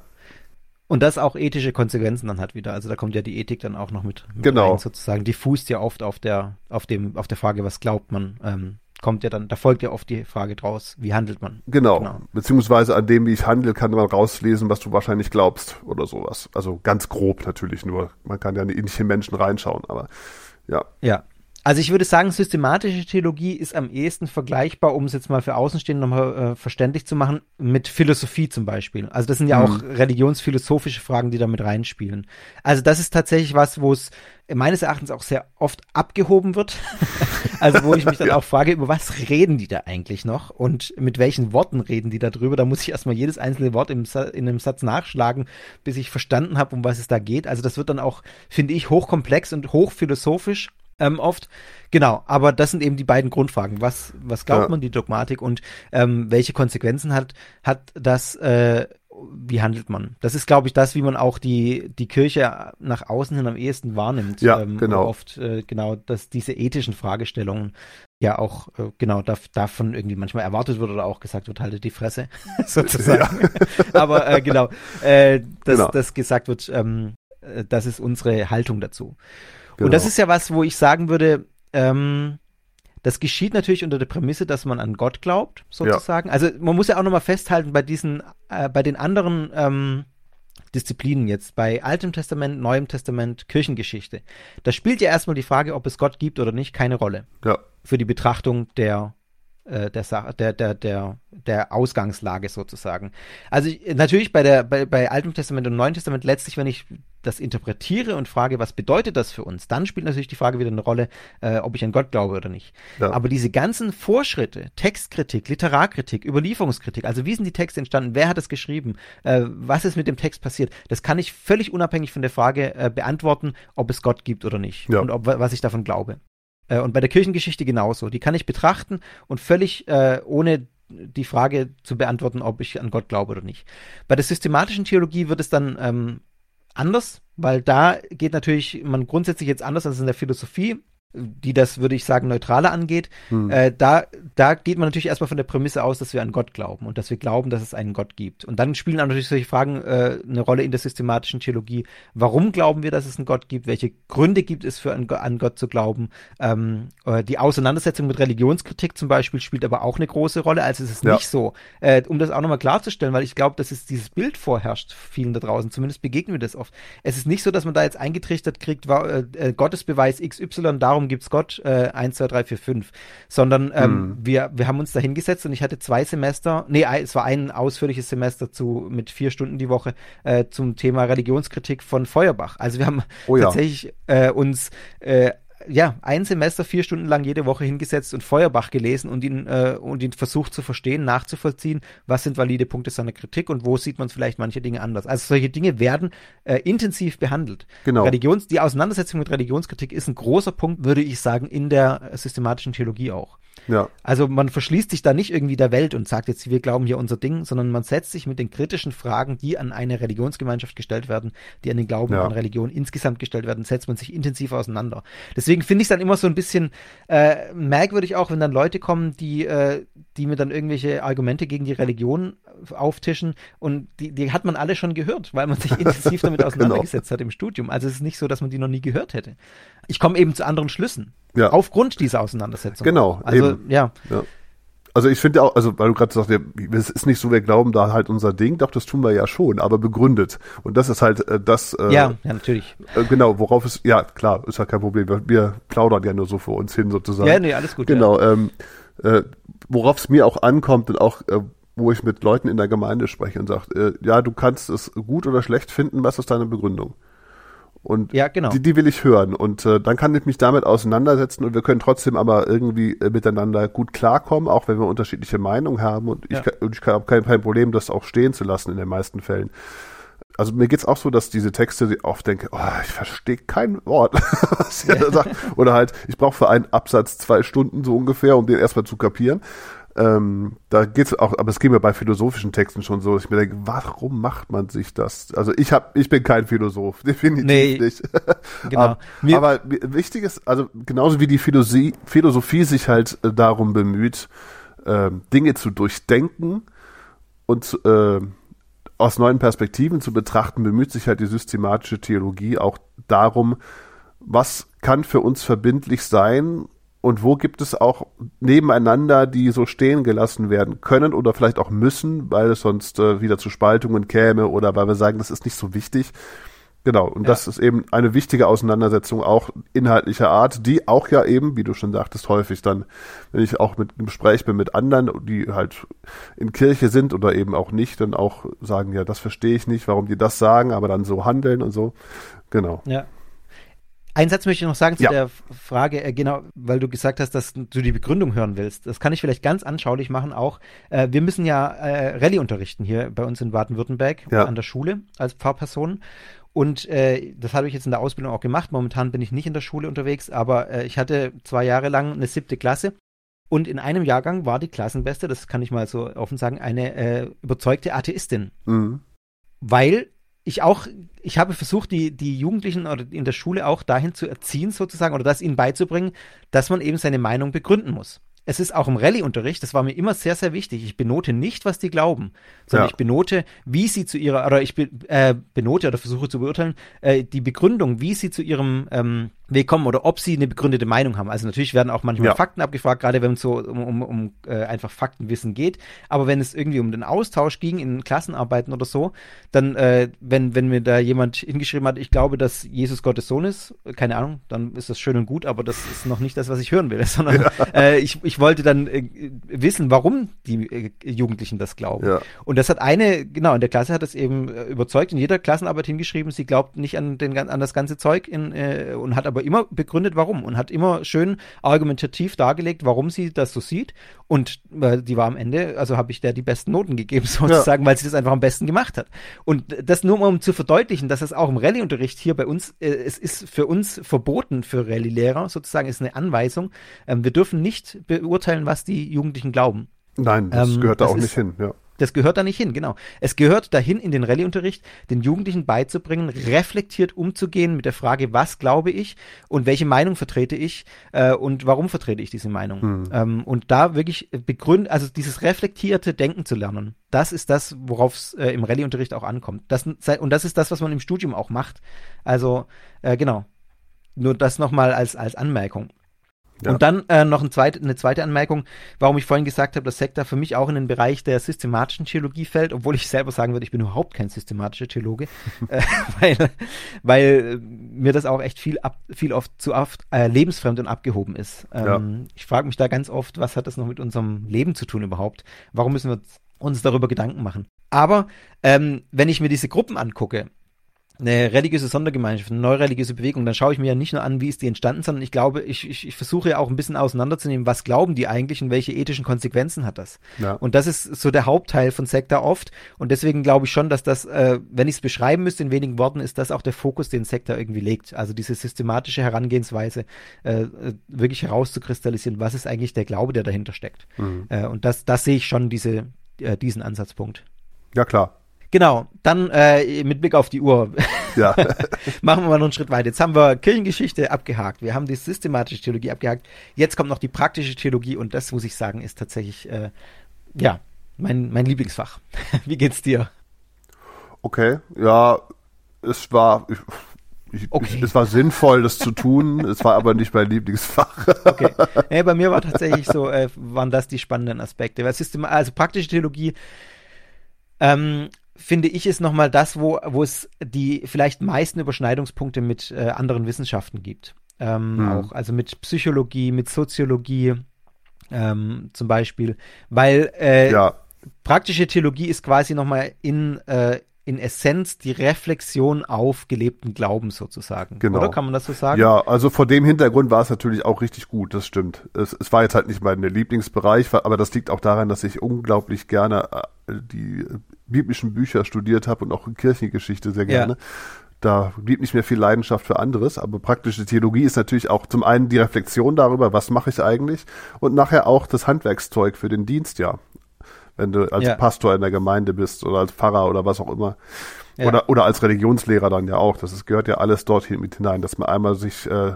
Und das auch ethische Konsequenzen dann hat wieder. Also da kommt ja die Ethik dann auch noch mit, mit genau. rein, sozusagen. Die fußt ja oft auf der, auf dem, auf der Frage, was glaubt man. Ähm, kommt ja dann, da folgt ja oft die Frage draus, wie handelt man? Genau. genau. Beziehungsweise an dem, wie ich handle, kann man rauslesen, was du wahrscheinlich glaubst oder sowas. Also ganz grob natürlich nur. Man kann ja nicht in den Menschen reinschauen, aber ja. Ja. Also ich würde sagen, systematische Theologie ist am ehesten vergleichbar, um es jetzt mal für Außenstehende nochmal äh, verständlich zu machen, mit Philosophie zum Beispiel. Also das sind ja Mhm. auch religionsphilosophische Fragen, die da mit reinspielen. Also das ist tatsächlich was, wo es meines Erachtens auch sehr oft abgehoben wird. Also wo ich mich dann Ja. auch frage, über was reden die da eigentlich noch und mit welchen Worten reden die da drüber? Da muss ich erstmal jedes einzelne Wort im Sa- in einem Satz nachschlagen, bis ich verstanden habe, um was es da geht. Also das wird dann auch, finde ich, hochkomplex und hochphilosophisch. Ähm, oft, genau, aber das sind eben die beiden Grundfragen. Was, was glaubt Ja. man, die Dogmatik und ähm, welche Konsequenzen hat, hat das, äh, wie handelt man? Das ist, glaube ich, das, wie man auch die, die Kirche nach außen hin am ehesten wahrnimmt. Ja, ähm, genau. Oft, äh, genau, dass diese ethischen Fragestellungen ja auch, äh, genau, da, davon irgendwie manchmal erwartet wird oder auch gesagt wird, haltet die Fresse, sozusagen. Aber äh, genau, äh, dass, Genau. dass gesagt wird, ähm, äh, das ist unsere Haltung dazu. Genau. Und das ist ja was, wo ich sagen würde, ähm, das geschieht natürlich unter der Prämisse, dass man an Gott glaubt, sozusagen. Also man muss ja auch nochmal festhalten, bei diesen, äh, bei den anderen ähm, Disziplinen jetzt, bei Altem Testament, Neuem Testament, Kirchengeschichte, da spielt ja erstmal die Frage, ob es Gott gibt oder nicht, keine Rolle Ja. für die Betrachtung der äh, der, Sa- der, der, der, der Ausgangslage sozusagen. Also ich, natürlich bei der bei, bei Altem Testament und Neuen Testament letztlich, wenn ich das interpretiere und frage, was bedeutet das für uns, dann spielt natürlich die Frage wieder eine Rolle, äh, ob ich an Gott glaube oder nicht. Ja. Aber diese ganzen Vorschritte, Textkritik, Literarkritik, Überlieferungskritik, also wie sind die Texte entstanden, wer hat es geschrieben, äh, was ist mit dem Text passiert, das kann ich völlig unabhängig von der Frage äh, beantworten, ob es Gott gibt oder nicht Ja. und ob, was ich davon glaube. Äh, und bei der Kirchengeschichte genauso. Die kann ich betrachten und völlig äh, ohne die Frage zu beantworten, ob ich an Gott glaube oder nicht. Bei der systematischen Theologie wird es dann ähm, anders, weil da geht natürlich man grundsätzlich jetzt anders als in der Philosophie, die das, würde ich sagen, neutraler angeht. Hm. Äh, da, da geht man natürlich erstmal von der Prämisse aus, dass wir an Gott glauben und dass wir glauben, dass es einen Gott gibt. Und dann spielen natürlich solche Fragen äh, eine Rolle in der systematischen Theologie. Warum glauben wir, dass es einen Gott gibt? Welche Gründe gibt es für an, an Gott zu glauben? Ähm, äh, die Auseinandersetzung mit Religionskritik zum Beispiel spielt aber auch eine große Rolle. Also es ist Ja. nicht so, äh, um das auch nochmal klarzustellen, weil ich glaube, dass es dieses Bild vorherrscht, vielen da draußen, zumindest begegnen wir das oft. Es ist nicht so, dass man da jetzt eingetrichtert kriegt, war, äh, äh, Gottesbeweis X Y, darum gibt's Gott, äh, eins, zwei, drei, vier, fünf, sondern ähm, Mhm. wir, wir haben uns da hingesetzt und ich hatte zwei Semester, nee, ein- es war ein ausführliches Semester zu, mit vier Stunden die Woche äh, zum Thema Religionskritik von Feuerbach. Also wir haben Oh ja. tatsächlich äh, uns äh, ja, ein Semester vier Stunden lang jede Woche hingesetzt und Feuerbach gelesen und ihn, äh, und ihn versucht zu verstehen, nachzuvollziehen, was sind valide Punkte seiner Kritik und wo sieht man vielleicht manche Dinge anders. Also solche Dinge werden äh, intensiv behandelt. Genau. Religions, die Auseinandersetzung mit Religionskritik ist ein großer Punkt, würde ich sagen, in der systematischen Theologie auch. Ja. Also man verschließt sich da nicht irgendwie der Welt und sagt jetzt, wir glauben hier unser Ding, sondern man setzt sich mit den kritischen Fragen, die an eine Religionsgemeinschaft gestellt werden, die an den Glauben Ja. an Religion insgesamt gestellt werden, setzt man sich intensiv auseinander. Deswegen finde ich es dann immer so ein bisschen äh, merkwürdig auch, wenn dann Leute kommen, die, äh, die mir dann irgendwelche Argumente gegen die Religion auftischen und die, die hat man alle schon gehört, weil man sich intensiv damit auseinandergesetzt hat im Studium. Also es ist nicht so, dass man die noch nie gehört hätte. Ich komme eben zu anderen Schlüssen. Ja. Aufgrund dieser Auseinandersetzung. Genau, Also, eben. ja. Ja. Also ich finde auch, also weil du gerade sagst, ja, es ist nicht so, wir glauben da halt unser Ding, doch das tun wir ja schon, aber begründet. Und das ist halt äh, das, äh, Ja, ja, natürlich. äh, genau, worauf es, ja klar, ist ja kein Problem, wir, wir plaudern ja nur so vor uns hin sozusagen. Ja, nee, alles gut. Genau, Ja. ähm, äh, worauf es mir auch ankommt und auch, äh, wo ich mit Leuten in der Gemeinde spreche und sage, äh, ja, du kannst es gut oder schlecht finden, was ist deine Begründung? Und Ja, genau. die, die will ich hören. Und äh, dann kann ich mich damit auseinandersetzen und wir können trotzdem aber irgendwie äh, miteinander gut klarkommen, auch wenn wir unterschiedliche Meinungen haben. Und ich, Ja. kann, und ich habe kein, kein Problem, das auch stehen zu lassen in den meisten Fällen. Also mir geht's auch so, dass diese Texte, die oft denke, oh, ich verstehe kein Wort, was er da sagt. Oder halt, ich brauche für einen Absatz zwei Stunden so ungefähr, um den erstmal zu kapieren. Ähm, da geht's auch, aber es geht mir bei philosophischen Texten schon so, dass ich mir denke, warum macht man sich das? Also ich hab, ich bin kein Philosoph, definitiv Nee, nicht. genau. aber, Mir- aber wichtig ist, also genauso wie die Philosophie, Philosophie sich halt äh, darum bemüht, äh, Dinge zu durchdenken und äh, aus neuen Perspektiven zu betrachten, bemüht sich halt die systematische Theologie auch darum, was kann für uns verbindlich sein und wo gibt es auch nebeneinander, die so stehen gelassen werden können oder vielleicht auch müssen, weil es sonst äh, wieder zu Spaltungen käme oder weil wir sagen, das ist nicht so wichtig. Genau, und Ja. das ist eben eine wichtige Auseinandersetzung auch inhaltlicher Art, die auch ja eben, wie du schon sagtest, häufig dann, wenn ich auch mit im Gespräch bin mit anderen, die halt in Kirche sind oder eben auch nicht, dann auch sagen, ja, das verstehe ich nicht, warum die das sagen, aber dann so handeln und so. Genau. Ja. Einen Satz möchte ich noch sagen zu Ja. der Frage, äh, genau, weil du gesagt hast, dass du die Begründung hören willst. Das kann ich vielleicht ganz anschaulich machen auch. Äh, wir müssen ja äh, Rallye unterrichten hier bei uns in Baden-Württemberg Ja. an der Schule als Pfarrperson. Und äh, das habe ich jetzt in der Ausbildung auch gemacht. Momentan bin ich nicht in der Schule unterwegs, aber äh, ich hatte zwei Jahre lang eine siebte Klasse. Und in einem Jahrgang war die Klassenbeste, das kann ich mal so offen sagen, eine äh, überzeugte Atheistin. Mhm. Weil ich auch, ich habe versucht, die, die Jugendlichen oder in der Schule auch dahin zu erziehen sozusagen oder das ihnen beizubringen, dass man eben seine Meinung begründen muss. Es ist auch im Rallye-Unterricht, das war mir immer sehr, sehr wichtig. Ich benote nicht, was die glauben, sondern Ja. ich benote, wie sie zu ihrer, oder ich be, äh, benote oder versuche zu beurteilen, äh, die Begründung, wie sie zu ihrem ähm, Weg kommen oder ob sie eine begründete Meinung haben. Also natürlich werden auch manchmal Ja. Fakten abgefragt, gerade wenn es so um, um, um äh, einfach Faktenwissen geht. Aber wenn es irgendwie um den Austausch ging in Klassenarbeiten oder so, dann, äh, wenn, wenn mir da jemand hingeschrieben hat, ich glaube, dass Jesus Gottes Sohn ist, keine Ahnung, dann ist das schön und gut, aber das ist noch nicht das, was ich hören will, sondern äh, ich, ich wollte dann äh, wissen, warum die äh, Jugendlichen das glauben. Ja. Und das hat eine, genau, in der Klasse hat es eben äh, überzeugt, in jeder Klassenarbeit hingeschrieben, sie glaubt nicht an, den, an das ganze Zeug in, äh, und hat aber immer begründet, warum und hat immer schön argumentativ dargelegt, warum sie das so sieht und äh, die war am Ende, also habe ich der die besten Noten gegeben sozusagen, weil sie das einfach am besten gemacht hat. Und das nur um zu verdeutlichen, dass es auch im Rallye-Unterricht hier bei uns, äh, es ist für uns verboten für Rallye-Lehrer, sozusagen ist eine Anweisung, ähm, wir dürfen nicht beurteilen, was die Jugendlichen glauben. Nein, das Ähm, gehört da das auch ist- nicht hin, ja. Das gehört da nicht hin, genau. Es gehört dahin, in den Rallye-Unterricht den Jugendlichen beizubringen, reflektiert umzugehen mit der Frage, was glaube ich und welche Meinung vertrete ich äh, und warum vertrete ich diese Meinung. Hm. Ähm, und da wirklich begründen, also dieses reflektierte Denken zu lernen, das ist das, worauf es äh, im Rallye-Unterricht auch ankommt. Das, und das ist das, was man im Studium auch macht. Also, äh, genau. Nur das nochmal als, als Anmerkung. Ja. Und dann äh, noch ein zweit, eine zweite Anmerkung, warum ich vorhin gesagt habe, dass Sekta für mich auch in den Bereich der systematischen Theologie fällt, obwohl ich selber sagen würde, ich bin überhaupt kein systematischer Theologe, äh, weil, weil äh, mir das auch echt viel, ab, viel oft zu oft äh, lebensfremd und abgehoben ist. Ähm, Ja. Ich frage mich da ganz oft, was hat das noch mit unserem Leben zu tun überhaupt? Warum müssen wir uns darüber Gedanken machen? Aber ähm, wenn ich mir diese Gruppen angucke, eine religiöse Sondergemeinschaft, eine neureligiöse Bewegung, dann schaue ich mir ja nicht nur an, wie ist die entstanden, sondern ich glaube, ich, ich, ich versuche ja auch ein bisschen auseinanderzunehmen, was glauben die eigentlich und welche ethischen Konsequenzen hat das. Ja. Und das ist so der Hauptteil von Sekta oft und deswegen glaube ich schon, dass das, äh, wenn ich es beschreiben müsste in wenigen Worten, ist das auch der Fokus, den Sekta irgendwie legt. Also diese systematische Herangehensweise, äh, wirklich herauszukristallisieren, was ist eigentlich der Glaube, der dahinter steckt. Mhm. Äh, und das, das sehe ich schon, diese, äh, diesen Ansatzpunkt. Ja, klar. Genau, dann äh, mit Blick auf die Uhr ja. machen wir mal noch einen Schritt weiter. Jetzt haben wir Kirchengeschichte abgehakt, wir haben die systematische Theologie abgehakt, jetzt kommt noch die praktische Theologie und das, muss ich sagen, ist tatsächlich, äh, ja, mein, mein Lieblingsfach. Wie geht's dir? Okay, ja, es war, ich, ich, okay. ich, es war sinnvoll, das zu tun, es war aber nicht mein Lieblingsfach. Okay, nee, bei mir war tatsächlich so, äh, waren das die spannenden Aspekte. Weil System, also praktische Theologie, ähm, finde ich, ist nochmal das, wo, wo es die vielleicht meisten Überschneidungspunkte mit äh, anderen Wissenschaften gibt. Ähm, hm. Auch, also mit Psychologie, mit Soziologie ähm, zum Beispiel. Weil äh, ja. praktische Theologie ist quasi nochmal in, äh, in Essenz die Reflexion auf gelebten Glauben sozusagen. Genau. Oder kann man das so sagen? Ja, also vor dem Hintergrund war es natürlich auch richtig gut, das stimmt. Es, es war jetzt halt nicht mein Lieblingsbereich, aber das liegt auch daran, dass ich unglaublich gerne äh, die biblischen Bücher studiert habe und auch Kirchengeschichte sehr gerne. Ja. Da blieb nicht mehr viel Leidenschaft für anderes, aber praktische Theologie ist natürlich auch zum einen die Reflexion darüber, was mache ich eigentlich, und nachher auch das Handwerkszeug für den Dienst, ja. Wenn du als ja. Pastor in der Gemeinde bist oder als Pfarrer oder was auch immer. Ja. Oder, oder als Religionslehrer dann ja auch. Das ist, gehört ja alles dort mit hinein, dass man einmal sich, äh,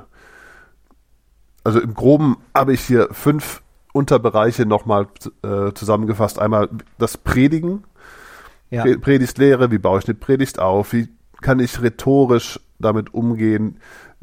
also im Groben habe ich hier fünf Unterbereiche nochmal äh, zusammengefasst. Einmal das Predigen, ja. Predigtlehre, wie baue ich eine Predigt auf, wie kann ich rhetorisch damit umgehen,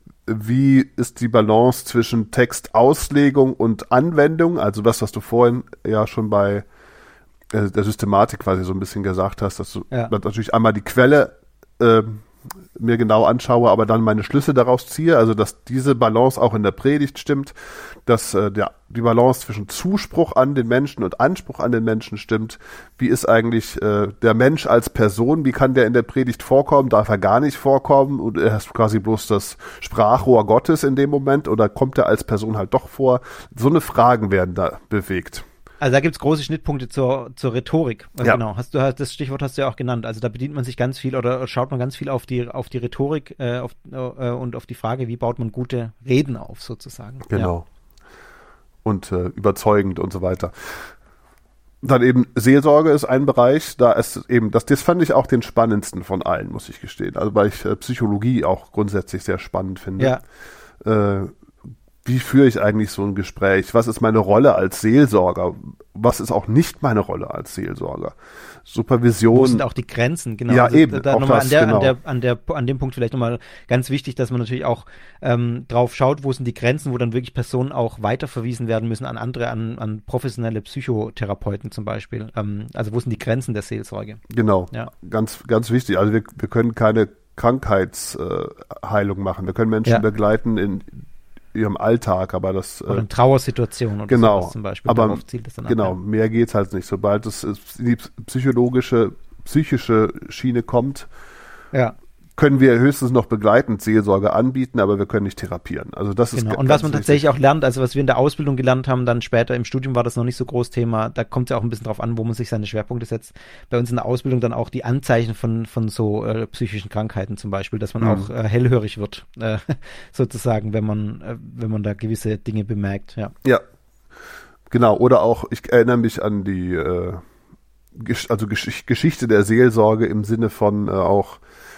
wie ist die Balance zwischen Textauslegung und Anwendung, also das, was du vorhin ja schon bei äh, der Systematik quasi so ein bisschen gesagt hast, dass du ja. natürlich einmal die Quelle äh, mir genau anschaue, aber dann meine Schlüsse daraus ziehe, also dass diese Balance auch in der Predigt stimmt, dass äh, der, die Balance zwischen Zuspruch an den Menschen und Anspruch an den Menschen stimmt. Wie ist eigentlich äh, der Mensch als Person, wie kann der in der Predigt vorkommen, darf er gar nicht vorkommen und er ist quasi bloß das Sprachrohr Gottes in dem Moment oder kommt er als Person halt doch vor? So eine Fragen werden da bewegt. Also da gibt's große Schnittpunkte zur, zur Rhetorik. Also ja. Genau, hast du das Stichwort hast du ja auch genannt. Also da bedient man sich ganz viel oder schaut man ganz viel auf die auf die Rhetorik äh, auf, äh, und auf die Frage, wie baut man gute Reden auf sozusagen. Genau. Ja. Und äh, überzeugend und so weiter. Dann eben Seelsorge ist ein Bereich, da ist eben, das, das fand ich auch den spannendsten von allen, muss ich gestehen. Also weil ich äh, Psychologie auch grundsätzlich sehr spannend finde. Ja. Äh, Wie führe ich eigentlich so ein Gespräch? Was ist meine Rolle als Seelsorger? Was ist auch nicht meine Rolle als Seelsorger? Supervision. Wo sind auch die Grenzen? Genau. Ja, also eben. Da auch nochmal das, an, der, genau. an, der, an, der, an dem Punkt vielleicht nochmal ganz wichtig, dass man natürlich auch ähm, drauf schaut, wo sind die Grenzen, wo dann wirklich Personen auch weiterverwiesen werden müssen an andere, an, an professionelle Psychotherapeuten zum Beispiel. Ähm, also wo sind die Grenzen der Seelsorge? Genau. Ja. Ganz, ganz wichtig. Also wir, wir können keine Krankheitsheilung äh, machen. Wir können Menschen ja. begleiten in ihrem Alltag, aber das oder in Trauersituationen oder genau, sowas zum Beispiel. Aber darauf zielt es dann genau, ab, ja. mehr geht's halt nicht. Sobald es in die psychologische, psychische Schiene kommt, ja. können wir höchstens noch begleitend Seelsorge anbieten, aber wir können nicht therapieren. Also das genau. ist Und was man tatsächlich auch lernt, also was wir in der Ausbildung gelernt haben, dann später im Studium war das noch nicht so groß Thema, da kommt es ja auch ein bisschen drauf an, wo man sich seine Schwerpunkte setzt. Bei uns in der Ausbildung dann auch die Anzeichen von, von so äh, psychischen Krankheiten zum Beispiel, dass man mhm. auch äh, hellhörig wird, äh, sozusagen, wenn man, äh, wenn man da gewisse Dinge bemerkt. Ja, ja. Genau. Oder auch, ich erinnere mich an die äh, Gesch- also Gesch- Geschichte der Seelsorge im Sinne von äh, auch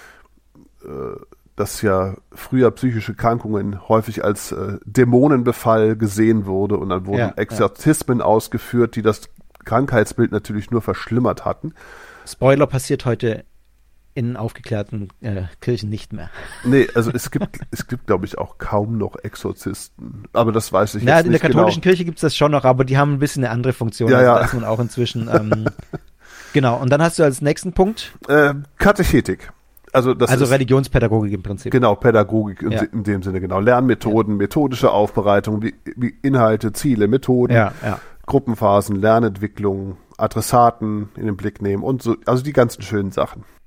dass ja früher psychische Krankungen häufig als äh, Dämonenbefall gesehen wurde und dann wurden ja, Exorzismen ja. ausgeführt, die das Krankheitsbild natürlich nur verschlimmert hatten. Spoiler, passiert heute in aufgeklärten äh, Kirchen nicht mehr. Nee, also es gibt, es gibt glaube ich auch kaum noch Exorzisten, aber das weiß ich Na, jetzt nicht genau. In der katholischen genau. Kirche gibt es das schon noch, aber die haben ein bisschen eine andere Funktion, ja, also ja. da ist man auch inzwischen. Ähm, genau, und dann hast du als nächsten Punkt äh, Katechetik. Also, das also ist, Religionspädagogik im Prinzip. Genau, Pädagogik in, ja. in dem Sinne, genau. Lernmethoden, ja. methodische Aufbereitung, wie, wie Inhalte, Ziele, Methoden, ja, ja. Gruppenphasen, Lernentwicklung, Adressaten in den Blick nehmen und so, also die ganzen schönen Sachen.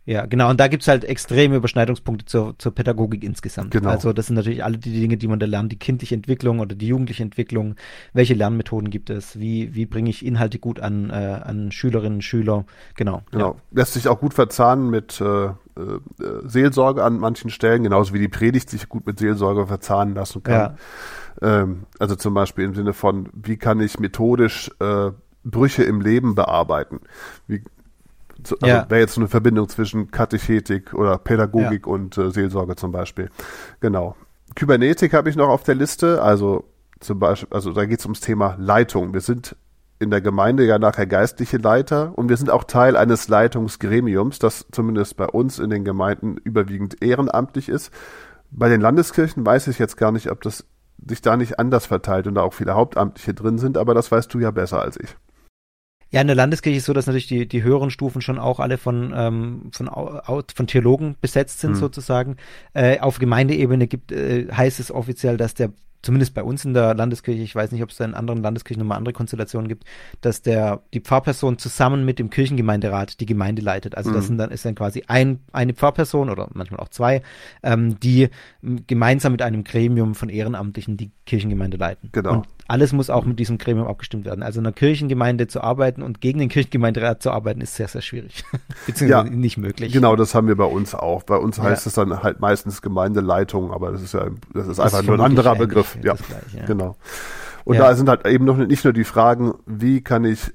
Ja, genau. Und da gibt's halt extreme Überschneidungspunkte zur, zur Pädagogik insgesamt. Genau. Also das sind natürlich alle die Dinge, die man da lernt, die kindliche Entwicklung oder die jugendliche Entwicklung. Welche Lernmethoden gibt es? Wie, wie bringe ich Inhalte gut an, äh, an Schülerinnen und Schüler? Genau. Genau. Ja. Lässt sich auch gut verzahnen mit äh, äh, Seelsorge an manchen Stellen, genauso wie die Predigt sich gut mit Seelsorge verzahnen lassen kann. Ja. Ähm, also zum Beispiel im Sinne von, wie kann ich methodisch äh, Brüche im Leben bearbeiten? Wie Also ja. wäre jetzt so eine Verbindung zwischen Katechetik oder Pädagogik ja. und äh, Seelsorge zum Beispiel. Genau. Kybernetik habe ich noch auf der Liste. Also zum Beispiel, also da geht es ums Thema Leitung. Wir sind in der Gemeinde ja nachher geistliche Leiter und wir sind auch Teil eines Leitungsgremiums, das zumindest bei uns in den Gemeinden überwiegend ehrenamtlich ist. Bei den Landeskirchen weiß ich jetzt gar nicht, ob das sich da nicht anders verteilt und da auch viele Hauptamtliche drin sind, aber das weißt du ja besser als ich. Ja, in der Landeskirche ist so, dass natürlich die, die höheren Stufen schon auch alle von, ähm, von, von Theologen besetzt sind, hm. sozusagen. Äh, auf Gemeindeebene gibt, äh, heißt es offiziell, dass der, zumindest bei uns in der Landeskirche, ich weiß nicht, ob es da in anderen Landeskirchen nochmal andere Konstellationen gibt, dass der, die Pfarrperson zusammen mit dem Kirchengemeinderat die Gemeinde leitet. Also hm. das sind dann, ist dann quasi ein, eine Pfarrperson oder manchmal auch zwei, ähm, die gemeinsam mit einem Gremium von Ehrenamtlichen die Kirchengemeinde leiten. Genau. Und alles muss auch mit diesem Gremium abgestimmt werden. Also in einer Kirchengemeinde zu arbeiten und gegen den Kirchengemeinderat zu arbeiten, ist sehr, sehr schwierig. Beziehungsweise ja, nicht möglich. Genau, das haben wir bei uns auch. Bei uns heißt ja. es dann halt meistens Gemeindeleitung, aber das ist ja, das ist einfach das nur ein anderer Begriff. Ja, gleich, ja, genau. Und ja. da sind halt eben noch nicht nur die Fragen, wie kann ich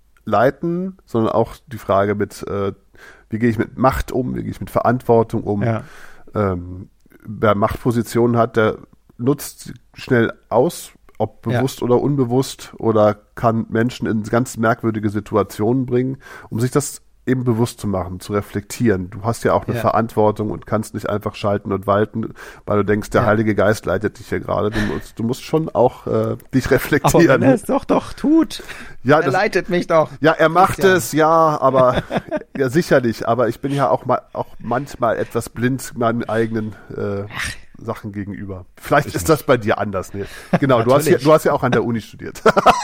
leiten, sondern auch die Frage mit, äh, wie gehe ich mit Macht um, wie gehe ich mit Verantwortung um. Ja. Ähm, wer Machtpositionen hat, der nutzt schnell aus, ob bewusst ja. oder unbewusst, oder kann Menschen in ganz merkwürdige Situationen bringen, um sich das eben bewusst zu machen, zu reflektieren. Du hast ja auch eine ja. Verantwortung und kannst nicht einfach schalten und walten, weil du denkst, der ja. Heilige Geist leitet dich hier gerade. Du musst, du musst schon auch äh, dich reflektieren. Aber wenn er es doch doch tut, ja, er das, leitet mich doch. Ja, er macht Christian. es, ja, aber ja sicherlich. Aber ich bin ja auch mal auch manchmal etwas blind meinen eigenen äh, Sachen gegenüber. Vielleicht ich ist nicht. Das bei dir anders. Nee. Genau, du hast, ja, du hast ja auch an der Uni studiert.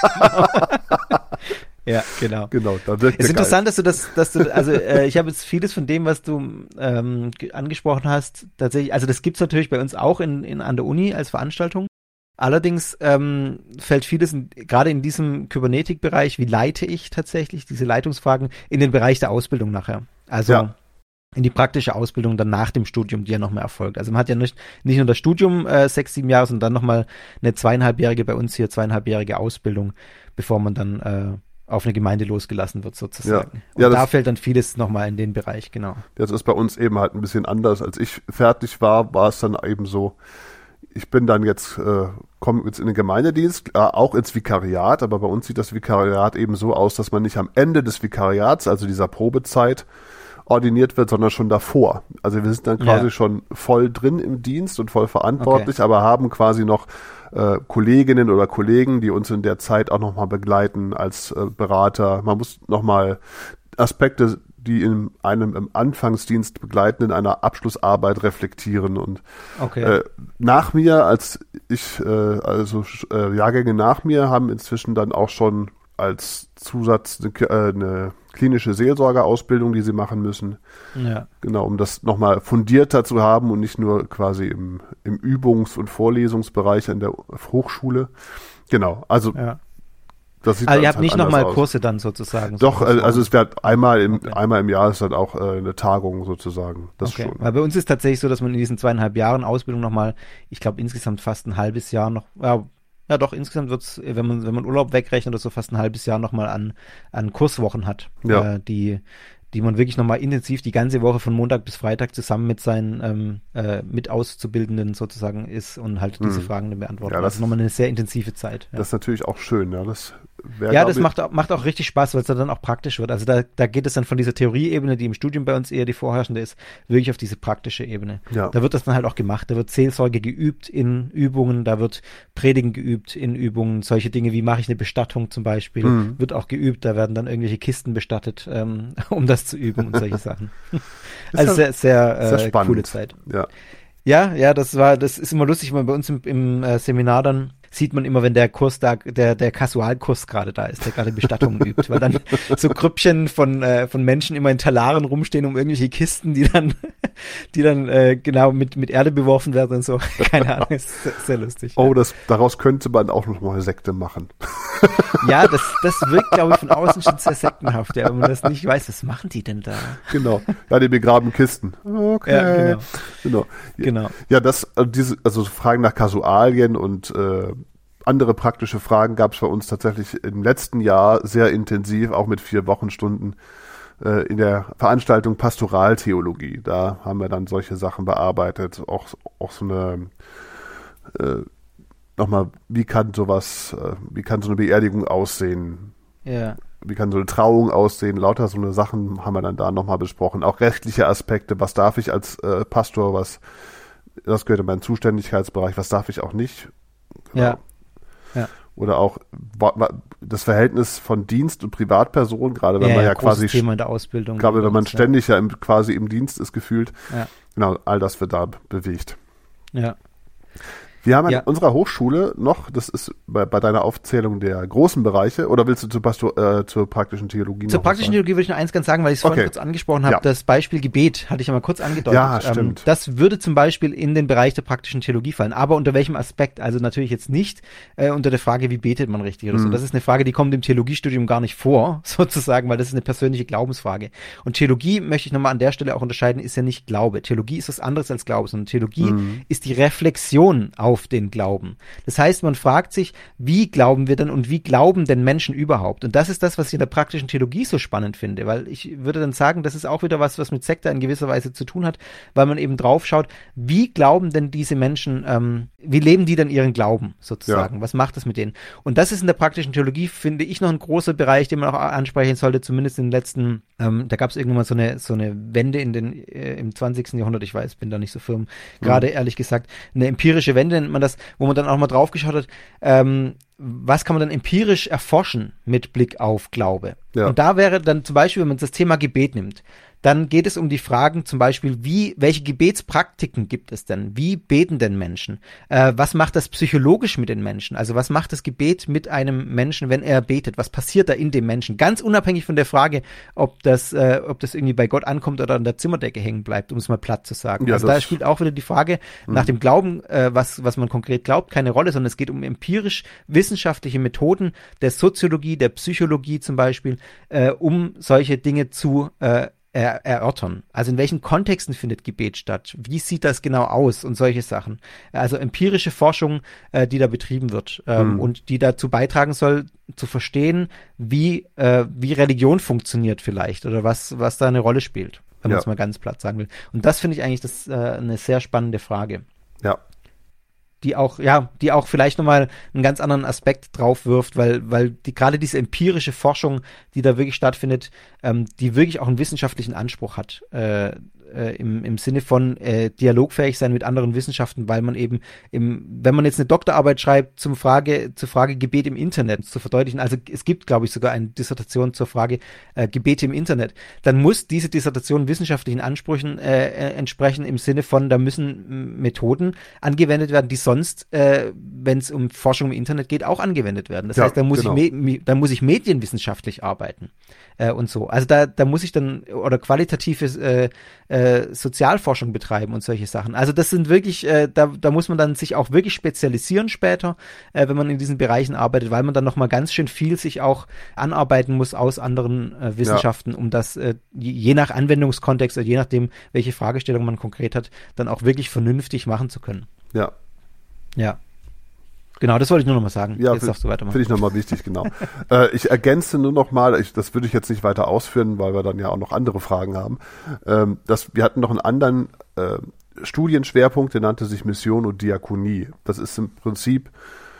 Ja, genau. Genau, da wirkt es ist interessant, dass du das, dass du, also äh, ich habe jetzt vieles von dem, was du ähm, angesprochen hast, tatsächlich, also das gibt's natürlich bei uns auch in, in an der Uni als Veranstaltung. Allerdings ähm, fällt vieles in, gerade in diesem Kybernetik-Bereich, wie leite ich tatsächlich diese Leitungsfragen, in den Bereich der Ausbildung nachher. Also ja. in die praktische Ausbildung dann nach dem Studium, die ja noch mehr erfolgt. Also man hat ja nicht, nicht nur das Studium äh, sechs, sieben Jahre, sondern dann nochmal eine zweieinhalbjährige, bei uns hier zweieinhalbjährige Ausbildung, bevor man dann äh, auf eine Gemeinde losgelassen wird sozusagen. Ja. Und ja, da fällt dann vieles nochmal in den Bereich, genau. Das ist bei uns eben halt ein bisschen anders. Als ich fertig war, war es dann eben so, ich bin dann jetzt, äh, komme jetzt in den Gemeindedienst, äh, auch ins Vikariat, aber bei uns sieht das Vikariat eben so aus, dass man nicht am Ende des Vikariats, also dieser Probezeit, ordiniert wird, sondern schon davor. Also wir sind dann quasi ja. schon voll drin im Dienst und voll verantwortlich, okay. aber haben quasi noch äh, Kolleginnen oder Kollegen, die uns in der Zeit auch nochmal begleiten als äh, Berater. Man muss nochmal Aspekte, die in einem im Anfangsdienst begleiten, in einer Abschlussarbeit reflektieren. Und okay. äh, nach mir, als ich, äh, also äh, Jahrgänge nach mir, haben inzwischen dann auch schon als Zusatz eine, äh, eine klinische Seelsorgeausbildung, die sie machen müssen. Ja. Genau, um das nochmal fundierter zu haben und nicht nur quasi im, im Übungs- und Vorlesungsbereich an der Hochschule. Genau, also ja. das sieht also ihr habt halt nicht nochmal Kurse dann sozusagen? Doch, so also es wird einmal im, okay. einmal im Jahr ist dann auch äh, eine Tagung sozusagen. Das okay. schon. Weil bei uns ist tatsächlich so, dass man in diesen zweieinhalb Jahren Ausbildung nochmal, ich glaube insgesamt fast ein halbes Jahr noch, ja, Ja, doch, insgesamt wird's, wenn man, wenn man Urlaub wegrechnet oder so, fast ein halbes Jahr nochmal an, an Kurswochen hat, ja. äh, die, die man wirklich nochmal intensiv die ganze Woche von Montag bis Freitag zusammen mit seinen ähm, äh, Mitauszubildenden sozusagen ist und halt diese mhm. Fragen beantwortet. Ja, das ist nochmal eine sehr intensive Zeit. Ja. Das ist natürlich auch schön, ja. Das wär, ja, das macht, macht auch richtig Spaß, weil es dann auch praktisch wird. Also da, da geht es dann von dieser Theorieebene, die im Studium bei uns eher die vorherrschende ist, wirklich auf diese praktische Ebene. Ja. Da wird das dann halt auch gemacht. Da wird Seelsorge geübt in Übungen, da wird Predigen geübt in Übungen. Solche Dinge wie mache ich eine Bestattung zum Beispiel, mhm. wird auch geübt. Da werden dann irgendwelche Kisten bestattet, ähm, um das zu üben und solche Sachen. Also sehr, sehr, äh, sehr coole Zeit. Ja. Ja, ja, das war, das ist immer lustig, wenn man bei uns im, im äh, Seminar dann sieht man immer, wenn der Kurs da, der, der Kasualkurs gerade da ist, der gerade Bestattungen übt, weil dann so Grüppchen von, äh, von Menschen immer in Talaren rumstehen um irgendwelche Kisten, die dann, die dann, äh, genau mit, mit Erde beworfen werden und so. Keine Ahnung, ist sehr, sehr lustig. Oh, ja. das, daraus könnte man auch noch mal eine Sekte machen. Ja, das, das wirkt, glaube ich, von außen schon sehr sektenhaft, ja, wenn man das nicht weiß, was machen die denn da? Genau. Ja, die begraben Kisten. Okay. Ja, genau. Genau. Genau. Ja, das, also diese, also Fragen nach Kasualien und äh, andere praktische Fragen gab es bei uns tatsächlich im letzten Jahr sehr intensiv, auch mit vier Wochenstunden äh, in der Veranstaltung Pastoraltheologie. Da haben wir dann solche Sachen bearbeitet, auch, auch so eine äh, nochmal, wie kann sowas, äh, wie kann so eine Beerdigung aussehen? Ja. Wie kann so eine Trauung aussehen? Lauter so eine Sachen haben wir dann da nochmal besprochen. Auch rechtliche Aspekte. Was darf ich als äh, Pastor, was, das gehört in meinen Zuständigkeitsbereich, was darf ich auch nicht? Genau. Ja. Ja. Oder auch wa- wa- das Verhältnis von Dienst und Privatperson, gerade wenn Ja, man ja, ja, quasi, großes Thema in der Ausbildung. gerade wenn man Ja. ständig ja im, quasi im Dienst ist gefühlt. Ja. Genau, all das wird da bewegt. Ja. Wir haben an Ja. unserer Hochschule noch, das ist bei, bei deiner Aufzählung der großen Bereiche, oder willst du zur, Pastor, äh, zur praktischen Theologie Zur noch was praktischen sagen? Theologie würde ich noch eins ganz sagen, weil ich es vorhin Okay. kurz angesprochen habe. Ja. Das Beispiel Gebet hatte ich ja mal kurz angedeutet. Ja, stimmt. Ähm, das würde zum Beispiel in den Bereich der praktischen Theologie fallen. Aber unter welchem Aspekt? Also natürlich jetzt nicht äh, unter der Frage, wie betet man richtig oder so. Mhm. Das ist eine Frage, die kommt im Theologiestudium gar nicht vor, sozusagen, weil das ist eine persönliche Glaubensfrage. Und Theologie, möchte ich nochmal an der Stelle auch unterscheiden, ist ja nicht Glaube. Theologie ist was anderes als Glaube, sondern Theologie Mhm. ist die Reflexion auf den Glauben. Das heißt, man fragt sich, wie glauben wir denn und wie glauben denn Menschen überhaupt? Und das ist das, was ich in der praktischen Theologie so spannend finde, weil ich würde dann sagen, das ist auch wieder was, was mit Sekte in gewisser Weise zu tun hat, weil man eben drauf schaut, wie glauben denn diese Menschen, ähm, wie leben die denn ihren Glauben sozusagen? Ja. Was macht das mit denen? Und das ist in der praktischen Theologie, finde ich, noch ein großer Bereich, den man auch ansprechen sollte, zumindest in den letzten, ähm, da gab es irgendwann mal so eine, so eine Wende in den, äh, im zwanzigsten Jahrhundert, ich weiß, bin da nicht so firm, gerade Mhm. ehrlich gesagt, eine empirische Wende nennt man das, wo man dann auch mal drauf geschaut hat, ähm, was kann man dann empirisch erforschen mit Blick auf Glaube? Ja. Und da wäre dann zum Beispiel, wenn man das Thema Gebet nimmt, dann geht es um die Fragen zum Beispiel, wie, welche Gebetspraktiken gibt es denn? Wie beten denn Menschen? Äh, was macht das psychologisch mit den Menschen? Also was macht das Gebet mit einem Menschen, wenn er betet? Was passiert da in dem Menschen? Ganz unabhängig von der Frage, ob das, äh, ob das irgendwie bei Gott ankommt oder an der Zimmerdecke hängen bleibt, um es mal platt zu sagen. Ja, also das- da spielt auch wieder die Frage nach dem Glauben, äh, was, was man konkret glaubt, keine Rolle, sondern es geht um empirisch wissenschaftliche Methoden der Soziologie, der Psychologie zum Beispiel, äh, um solche Dinge zu äh, er, erörtern. Also in welchen Kontexten findet Gebet statt? Wie sieht das genau aus und solche Sachen? Also empirische Forschung, äh, die da betrieben wird ähm, Hm. und die dazu beitragen soll, zu verstehen, wie, äh, wie Religion funktioniert vielleicht oder was, was da eine Rolle spielt, wenn Ja. man es mal ganz platt sagen will. Und das finde ich eigentlich das, äh, eine sehr spannende Frage, Ja. die auch, ja, die auch vielleicht nochmal einen ganz anderen Aspekt drauf wirft, weil, weil die, gerade diese empirische Forschung, die da wirklich stattfindet, ähm, die wirklich auch einen wissenschaftlichen Anspruch hat, äh, äh, im, im Sinne von äh, dialogfähig sein mit anderen Wissenschaften, weil man eben im, wenn man jetzt eine Doktorarbeit schreibt zum Frage, zur Frage Gebet im Internet zu verdeutlichen, also es gibt, glaube ich, sogar eine Dissertation zur Frage äh, Gebete im Internet, dann muss diese Dissertation wissenschaftlichen Ansprüchen äh, äh, entsprechen im Sinne von, da müssen m, Methoden angewendet werden, die sonst, äh, wenn es um Forschung im Internet geht, auch angewendet werden. Das Ja, heißt, da muss genau. ich me me da muss ich medienwissenschaftlich arbeiten äh, und so. Also da, da muss ich dann oder qualitative äh, äh, Sozialforschung betreiben und solche Sachen. Also das sind wirklich, äh, da, da muss man dann sich auch wirklich spezialisieren später, äh, wenn man in diesen Bereichen arbeitet, weil man dann nochmal ganz schön viel sich auch anarbeiten muss aus anderen äh, Wissenschaften, um das äh, je, je nach Anwendungskontext oder je nachdem, welche Fragestellung man konkret hat, dann auch wirklich vernünftig machen zu können. Ja. Ja. Genau, das wollte ich nur noch mal sagen. Ja, Jetzt darfst du weitermachen. Finde ich nochmal wichtig, genau. äh, ich ergänze nur nochmal, das würde ich jetzt nicht weiter ausführen, weil wir dann ja auch noch andere Fragen haben. Ähm, das, wir hatten noch einen anderen äh, Studienschwerpunkt, der nannte sich Mission und Diakonie. Das ist im Prinzip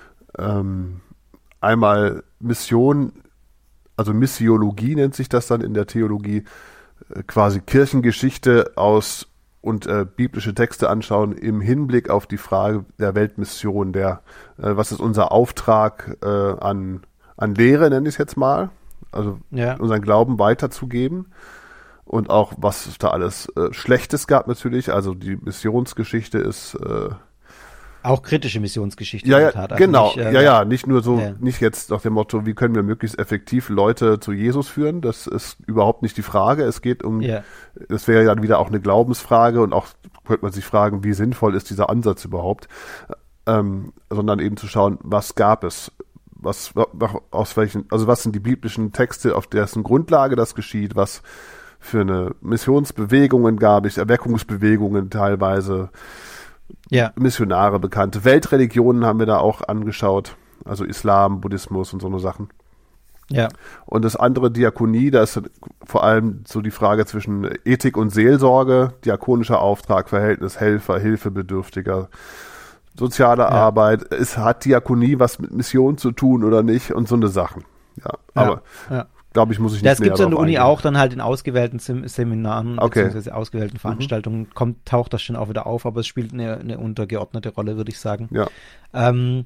ähm, einmal Mission, also Missiologie nennt sich das dann in der Theologie, äh, quasi Kirchengeschichte aus und äh, biblische Texte anschauen im Hinblick auf die Frage der Weltmission, der äh, was ist unser Auftrag äh, an an Lehre, nenne ich es jetzt mal, also Ja. unseren Glauben weiterzugeben und auch was es da alles äh, Schlechtes gab natürlich, also die Missionsgeschichte ist äh, Auch kritische Missionsgeschichte. Ja, ja, hat. Also genau. Nicht, äh, ja, ja, nicht nur so, ja. nicht jetzt nach dem Motto, wie können wir möglichst effektiv Leute zu Jesus führen. Das ist überhaupt nicht die Frage. Es geht um, Ja. das wäre ja dann wieder auch eine Glaubensfrage und auch könnte man sich fragen, wie sinnvoll ist dieser Ansatz überhaupt, ähm, sondern eben zu schauen, was gab es, was, aus welchen, also was sind die biblischen Texte, auf dessen Grundlage das geschieht, was für eine Missionsbewegungen gab es, Erweckungsbewegungen teilweise, Ja. Missionare, bekannte Weltreligionen haben wir da auch angeschaut, also Islam, Buddhismus und so eine Sachen. Ja. Und das andere, Diakonie, da ist vor allem so die Frage zwischen Ethik und Seelsorge, diakonischer Auftrag, Verhältnis Helfer, Hilfebedürftiger, soziale Ja. Arbeit. Es hat Diakonie was mit Mission zu tun oder nicht und so eine Sachen. Ja, aber ja. glaube ich, muss ich nicht Das gibt es näher an der drauf Uni eingehen. auch dann halt in ausgewählten Sem Seminaren Okay. beziehungsweise ausgewählten Veranstaltungen kommt, taucht das schon auch wieder auf, aber es spielt eine, eine untergeordnete Rolle, würde ich sagen. Ja. Ähm,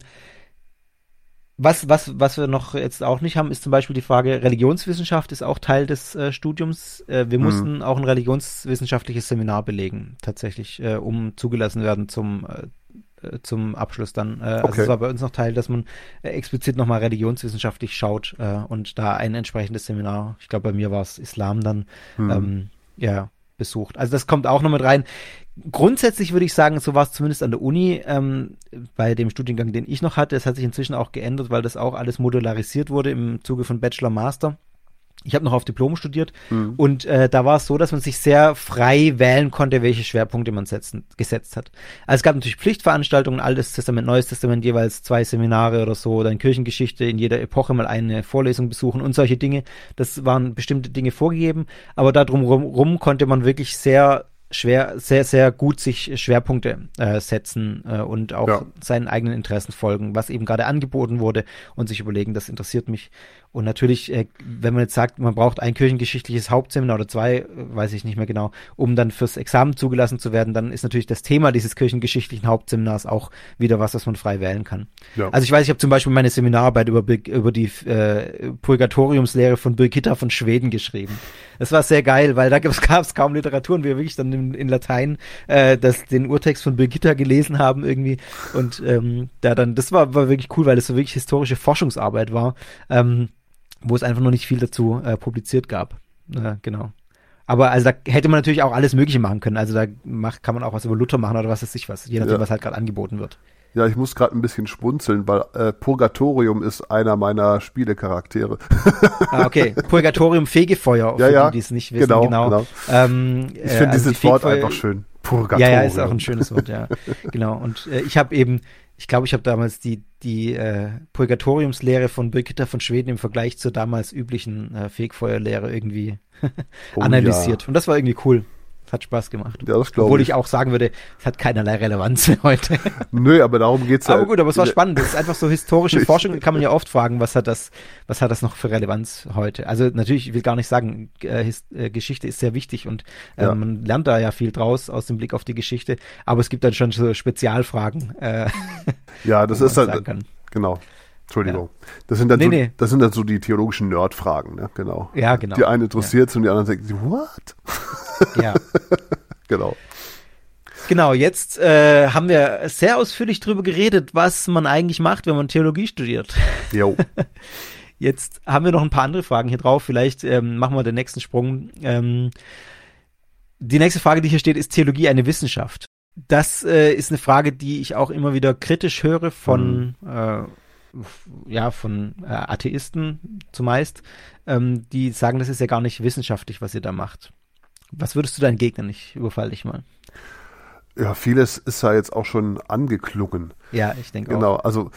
was, was, was wir noch jetzt auch nicht haben, ist zum Beispiel die Frage, Religionswissenschaft ist auch Teil des äh, Studiums. Äh, wir Mhm. mussten auch ein religionswissenschaftliches Seminar belegen, tatsächlich, äh, um zugelassen werden zum äh, zum Abschluss dann. Äh, also Okay. es war bei uns noch Teil, dass man äh, explizit nochmal religionswissenschaftlich schaut äh, und da ein entsprechendes Seminar, ich glaube bei mir war es Islam dann, Mhm. ähm, ja, besucht. Also das kommt auch noch mit rein. Grundsätzlich würde ich sagen, so war es zumindest an der Uni, ähm, bei dem Studiengang, den ich noch hatte. Es hat sich inzwischen auch geändert, weil das auch alles modularisiert wurde im Zuge von Bachelor, Master. Ich habe noch auf Diplom studiert Mhm. und äh, da war es so, dass man sich sehr frei wählen konnte, welche Schwerpunkte man setzen, gesetzt hat. Also es gab natürlich Pflichtveranstaltungen, Altes Testament, Neues Testament, jeweils zwei Seminare oder so, dann Kirchengeschichte, in jeder Epoche mal eine Vorlesung besuchen und solche Dinge. Das waren bestimmte Dinge vorgegeben, aber da drumherum konnte man wirklich sehr schwer, sehr, sehr gut sich Schwerpunkte äh, setzen äh, und auch Ja. seinen eigenen Interessen folgen, was eben gerade angeboten wurde und sich überlegen, das interessiert mich. Und natürlich, äh, wenn man jetzt sagt, man braucht ein kirchengeschichtliches Hauptseminar oder zwei, äh, weiß ich nicht mehr genau, um dann fürs Examen zugelassen zu werden, dann ist natürlich das Thema dieses kirchengeschichtlichen Hauptseminars auch wieder was, was man frei wählen kann. Ja. Also ich weiß, ich habe zum Beispiel meine Seminararbeit über, Bir- über die äh, Purgatoriumslehre von Birgitta von Schweden geschrieben. Das war sehr geil, weil da gab es kaum Literatur und wir wirklich dann in, in Latein äh, das, den Urtext von Birgitta gelesen haben irgendwie und ähm, da dann, das war, war wirklich cool, weil es so wirklich historische Forschungsarbeit war, ähm, wo es einfach noch nicht viel dazu äh, publiziert gab. Ja, genau. Aber also da hätte man natürlich auch alles Mögliche machen können. Also da macht, kann man auch was über Luther machen oder was weiß ich was, je nachdem, Ja. was halt gerade angeboten wird. Ja, ich muss gerade ein bisschen schmunzeln, weil äh, Purgatorium ist einer meiner Spielecharaktere. Ah, okay. Purgatorium Fegefeuer, Ja, für ja. die, die es nicht wissen. Genau, Genau. genau. Ähm, Ich äh, finde also dieses die Wort Fegefeuer- einfach schön. Purgatorium. Ja, ja, ist auch ein schönes Wort, ja. Genau. Und äh, ich habe eben, ich glaube, ich habe damals die, die äh, Purgatoriumslehre von Birgitta von Schweden im Vergleich zur damals üblichen äh, Fegfeuerlehre irgendwie Oh, analysiert. ja. Und das war irgendwie cool. Hat Spaß gemacht. Ja, das glaube Obwohl ich. ich auch sagen würde, es hat keinerlei Relevanz mehr heute. Nö, aber darum geht's ja. Aber gut, aber es war spannend. Das ist einfach so historische Ich- Forschung, kann man ja oft fragen, was hat das, was hat das noch für Relevanz heute? Also natürlich, ich will gar nicht sagen, äh, His äh, Geschichte ist sehr wichtig und äh, Ja. man lernt da ja viel draus aus dem Blick auf die Geschichte, aber es gibt dann schon so Spezialfragen. Äh, Ja, das wo ist man halt, sagen kann. genau. Entschuldigung. Das sind dann Nee, so, nee. das sind dann so die theologischen Nerdfragen, ne? Genau. Ja, genau. Die einen interessiert und die anderen denken, sich, what? Ja. Genau. Genau, jetzt äh, haben wir sehr ausführlich drüber geredet, was man eigentlich macht, wenn man Theologie studiert. Jo. Jetzt haben wir noch ein paar andere Fragen hier drauf. Vielleicht ähm, machen wir den nächsten Sprung. Ähm, die nächste Frage, die hier steht, ist Theologie eine Wissenschaft? Das äh, ist eine Frage, die ich auch immer wieder kritisch höre von, Mhm. äh, f- ja, von äh, Atheisten zumeist, ähm, die sagen, das ist ja gar nicht wissenschaftlich, was ihr da macht. Was würdest du deinen Gegnern? Ich überfall dich mal. Ja, vieles ist ja jetzt auch schon angeklungen. Ja, ich denke Genau, auch. also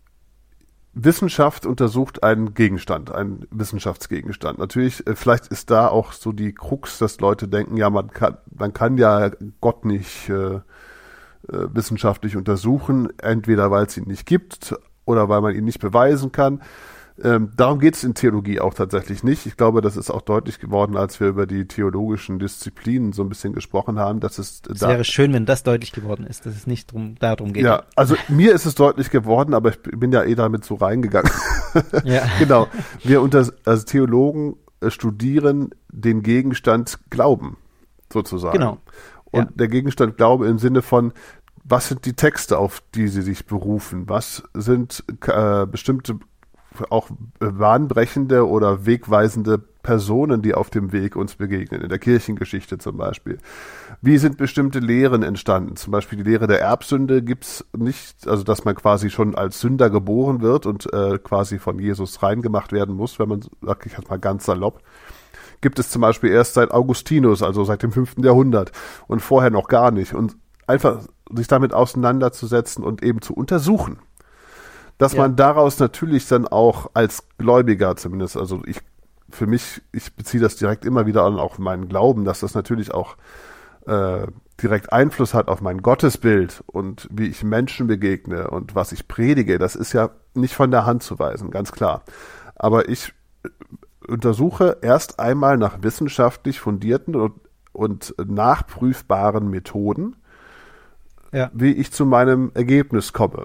Wissenschaft untersucht einen Gegenstand, einen Wissenschaftsgegenstand. Natürlich, äh, vielleicht ist da auch so die Krux, dass Leute denken, ja, man kann, man kann ja Gott nicht äh, äh, wissenschaftlich untersuchen, entweder weil es ihn nicht gibt oder weil man ihn nicht beweisen kann. Ähm, darum geht es in Theologie auch tatsächlich nicht. Ich glaube, das ist auch deutlich geworden, als wir über die theologischen Disziplinen so ein bisschen gesprochen haben, dass es Es da wäre schön, wenn das deutlich geworden ist, dass es nicht drum, darum geht. ja, also mir ist es deutlich geworden, aber ich bin ja eh damit so reingegangen. Ja. Genau. Wir unter, als Theologen äh, studieren den Gegenstand Glauben, sozusagen. Genau. Und Ja. der Gegenstand Glaube im Sinne von, was sind die Texte, auf die sie sich berufen? Was sind äh, bestimmte auch bahnbrechende oder wegweisende Personen, die auf dem Weg uns begegnen, in der Kirchengeschichte zum Beispiel? Wie sind bestimmte Lehren entstanden? Zum Beispiel die Lehre der Erbsünde gibt's nicht, also dass man quasi schon als Sünder geboren wird und äh, quasi von Jesus reingemacht werden muss, wenn man, sag ich jetzt mal ganz salopp, gibt es zum Beispiel erst seit Augustinus, also seit dem fünften Jahrhundert und vorher noch gar nicht. Und einfach sich damit auseinanderzusetzen und eben zu untersuchen. Dass ja. man daraus natürlich dann auch als Gläubiger zumindest, also ich, für mich, ich beziehe das direkt immer wieder an auch meinen Glauben, dass das natürlich auch äh, direkt Einfluss hat auf mein Gottesbild und wie ich Menschen begegne und was ich predige. Das ist ja nicht von der Hand zu weisen, ganz klar. Aber ich untersuche erst einmal nach wissenschaftlich fundierten und, und nachprüfbaren Methoden, ja. wie ich zu meinem Ergebnis komme.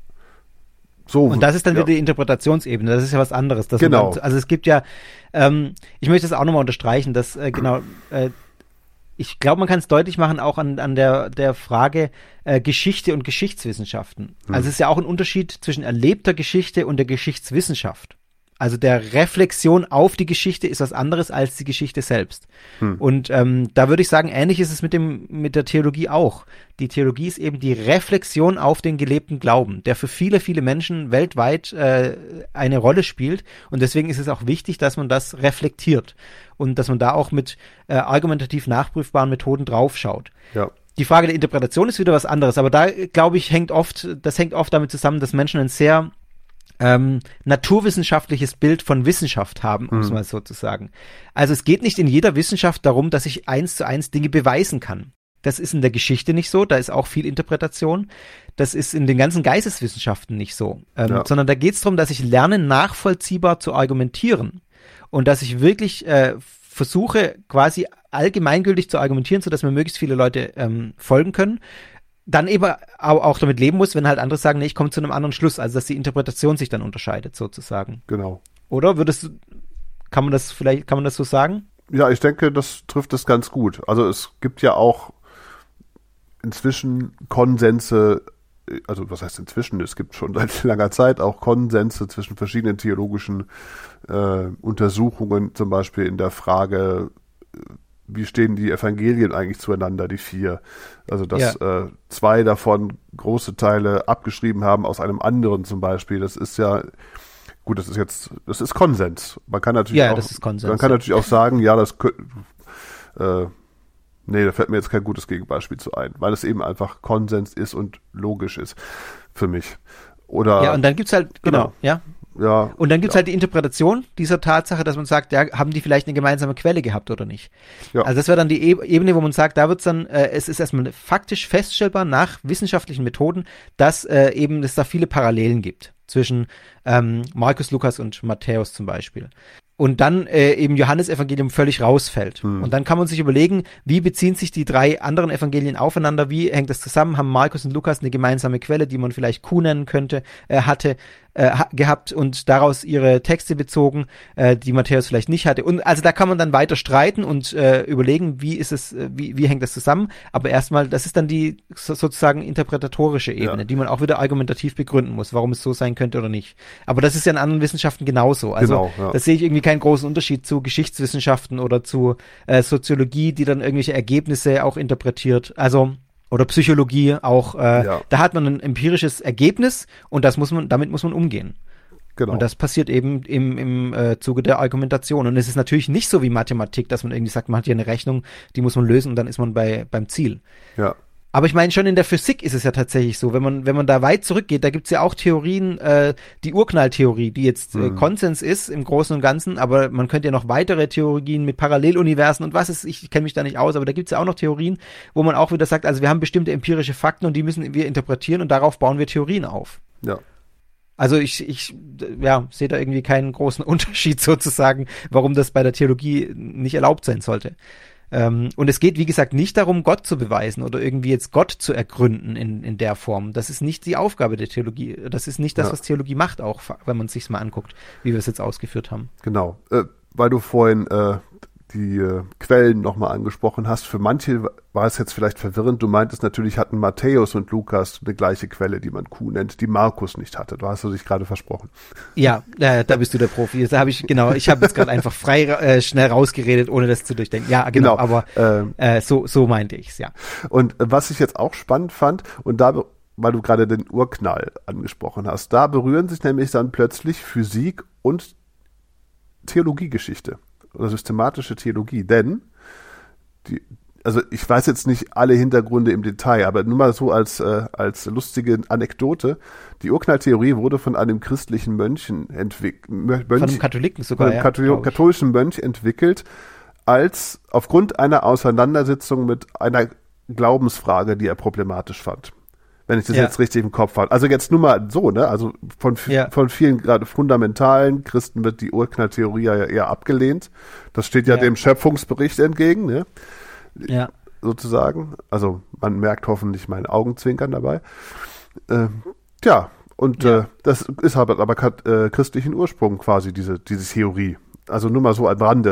So, und das ist dann ja. wieder die Interpretationsebene, das ist ja was anderes. Dass genau. Dann, also es gibt ja, ähm, ich möchte das auch nochmal unterstreichen, dass äh, genau, äh, ich glaube, man kann es deutlich machen, auch an, an der, der Frage äh, Geschichte und Geschichtswissenschaften. Hm. Also es ist ja auch ein Unterschied zwischen erlebter Geschichte und der Geschichtswissenschaft. Also der Reflexion auf die Geschichte ist was anderes als die Geschichte selbst. Hm. Und ähm, da würde ich sagen, ähnlich ist es mit dem mit der Theologie auch. Die Theologie ist eben die Reflexion auf den gelebten Glauben, der für viele, viele Menschen weltweit äh, eine Rolle spielt. Und deswegen ist es auch wichtig, dass man das reflektiert und dass man da auch mit äh, argumentativ nachprüfbaren Methoden draufschaut. Ja. Die Frage der Interpretation ist wieder was anderes, aber da, glaube ich, hängt oft, das hängt oft damit zusammen, dass Menschen ein sehr Ähm, naturwissenschaftliches Bild von Wissenschaft haben, um es mhm. mal so zu sagen. Also es geht nicht in jeder Wissenschaft darum, dass ich eins zu eins Dinge beweisen kann. Das ist in der Geschichte nicht so, da ist auch viel Interpretation. Das ist in den ganzen Geisteswissenschaften nicht so. Ähm, ja. Sondern da geht es darum, dass ich lerne, nachvollziehbar zu argumentieren. Und dass ich wirklich äh, versuche, quasi allgemeingültig zu argumentieren, sodass mir möglichst viele Leute ähm, folgen können. Dann eben auch damit leben muss, wenn halt andere sagen, nee, ich komme zu einem anderen Schluss, also dass die Interpretation sich dann unterscheidet, sozusagen. Genau. Oder würdest du, kann man das vielleicht, kann man das so sagen? Ja, ich denke, das trifft es ganz gut. Also es gibt ja auch inzwischen Konsense, also was heißt inzwischen, es gibt schon seit langer Zeit auch Konsense zwischen verschiedenen theologischen äh, Untersuchungen, zum Beispiel in der Frage, wie stehen die Evangelien eigentlich zueinander, die vier? Also, dass ja. äh, zwei davon große Teile abgeschrieben haben aus einem anderen zum Beispiel. Das ist ja, gut, das ist jetzt, das ist Konsens. Man kann natürlich ja, auch, das ist Konsens, man kann ja. natürlich auch sagen, ja, das äh, nee, da fällt mir jetzt kein gutes Gegenbeispiel zu ein, weil es eben einfach Konsens ist und logisch ist für mich. Oder ja, und dann gibt's halt, genau, genau. ja. Ja, und dann gibt's ja. halt die Interpretation dieser Tatsache, dass man sagt, ja, haben die vielleicht eine gemeinsame Quelle gehabt oder nicht? Ja. Also das wäre dann die e- Ebene, wo man sagt, da wird's dann, äh, es ist erstmal faktisch feststellbar nach wissenschaftlichen Methoden, dass äh, eben es da viele Parallelen gibt zwischen ähm, Markus, Lukas und Matthäus zum Beispiel. Und dann äh, eben Johannesevangelium völlig rausfällt. Hm. Und dann kann man sich überlegen, wie beziehen sich die drei anderen Evangelien aufeinander, wie hängt das zusammen, haben Markus und Lukas eine gemeinsame Quelle, die man vielleicht Q nennen könnte, äh, hatte, äh, ha- gehabt und daraus ihre Texte bezogen, äh, die Matthäus vielleicht nicht hatte. Und also da kann man dann weiter streiten und äh, überlegen, wie ist es, äh, wie, wie hängt das zusammen. Aber erstmal, das ist dann die so, sozusagen interpretatorische Ebene, ja. die man auch wieder argumentativ begründen muss, warum es so sein könnte oder nicht. Aber das ist ja in anderen Wissenschaften genauso. Also genau, ja. das sehe ich irgendwie keinen großen Unterschied zu Geschichtswissenschaften oder zu äh, Soziologie, die dann irgendwelche Ergebnisse auch interpretiert. Also oder Psychologie auch. Äh, ja. Da hat man ein empirisches Ergebnis und das muss man, damit muss man umgehen. Genau. Und das passiert eben im, im äh, Zuge der Argumentation. Und es ist natürlich nicht so wie Mathematik, dass man irgendwie sagt, man hat hier eine Rechnung, die muss man lösen und dann ist man bei beim Ziel. Ja. Aber ich meine, schon in der Physik ist es ja tatsächlich so, wenn man wenn man da weit zurückgeht, da gibt's ja auch Theorien, äh, die Urknalltheorie, die jetzt äh, mhm. Konsens ist im Großen und Ganzen, aber man könnte ja noch weitere Theorien mit Paralleluniversen und was ist, ich kenne mich da nicht aus, aber da gibt's ja auch noch Theorien, wo man auch wieder sagt, also wir haben bestimmte empirische Fakten und die müssen wir interpretieren und darauf bauen wir Theorien auf. Ja. Also ich, ich ja, sehe da irgendwie keinen großen Unterschied sozusagen, warum das bei der Theologie nicht erlaubt sein sollte. Ähm, und es geht, wie gesagt, nicht darum, Gott zu beweisen oder irgendwie jetzt Gott zu ergründen in, in der Form. Das ist nicht die Aufgabe der Theologie. Das ist nicht das, ja. was Theologie macht, auch wenn man es sich mal anguckt, wie wir es jetzt ausgeführt haben. Genau. Äh, weil du vorhin äh, die äh, Quellen nochmal angesprochen hast. Für manche war es jetzt vielleicht verwirrend. Du meintest natürlich, hatten Matthäus und Lukas eine gleiche Quelle, die man Q nennt, die Markus nicht hatte. Du hast du dich gerade versprochen. Ja, äh, da bist du der Profi. Da habe ich, genau, ich habe jetzt gerade einfach frei äh, schnell rausgeredet, ohne das zu durchdenken. Ja, genau, genau. aber ähm, äh, so, so meinte ich's, ja. Und was ich jetzt auch spannend fand, und da, weil du gerade den Urknall angesprochen hast, da berühren sich nämlich dann plötzlich Physik und Theologiegeschichte oder systematische Theologie, denn die, also ich weiß jetzt nicht alle Hintergründe im Detail, aber nur mal so als, äh, als lustige Anekdote, die Urknalltheorie wurde von einem christlichen Mönchen entwickelt, Mönch, von einem Katholiken sogar, ja, Kathol- katholischen Mönch entwickelt, als aufgrund einer Auseinandersetzung mit einer Glaubensfrage, die er problematisch fand. Wenn ich das ja. jetzt richtig im Kopf habe. Also jetzt nur mal so, ne? Also von, ja. von vielen gerade fundamentalen Christen wird die Urknalltheorie ja eher abgelehnt. Das steht ja, ja. dem Schöpfungsbericht entgegen, ne? Ja. Sozusagen. Also man merkt hoffentlich mein Augenzwinkern dabei. Ähm, ja, und ja. Äh, das ist aber, aber äh, christlichen Ursprung quasi, diese, diese Theorie. Also nur mal so am Rande.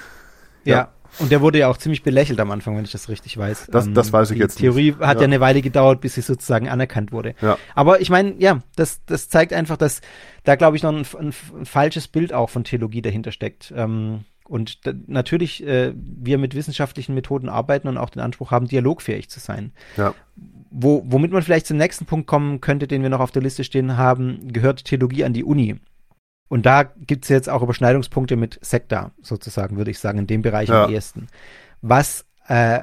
ja. ja. Und der wurde ja auch ziemlich belächelt am Anfang, wenn ich das richtig weiß. Das, das weiß ich die jetzt Theorie nicht. Die Theorie hat ja. ja eine Weile gedauert, bis sie sozusagen anerkannt wurde. Ja. Aber ich meine, ja, das, das zeigt einfach, dass da, glaube ich, noch ein, ein, ein falsches Bild auch von Theologie dahinter steckt. Ähm, und da, natürlich äh, wir mit wissenschaftlichen Methoden arbeiten und auch den Anspruch haben, dialogfähig zu sein. Ja. Wo, womit man vielleicht zum nächsten Punkt kommen könnte, den wir noch auf der Liste stehen haben, gehört Theologie an die Uni. Und da gibt es jetzt auch Überschneidungspunkte mit Sekta, sozusagen, würde ich sagen, in dem Bereich ja. am ehesten. Was, äh,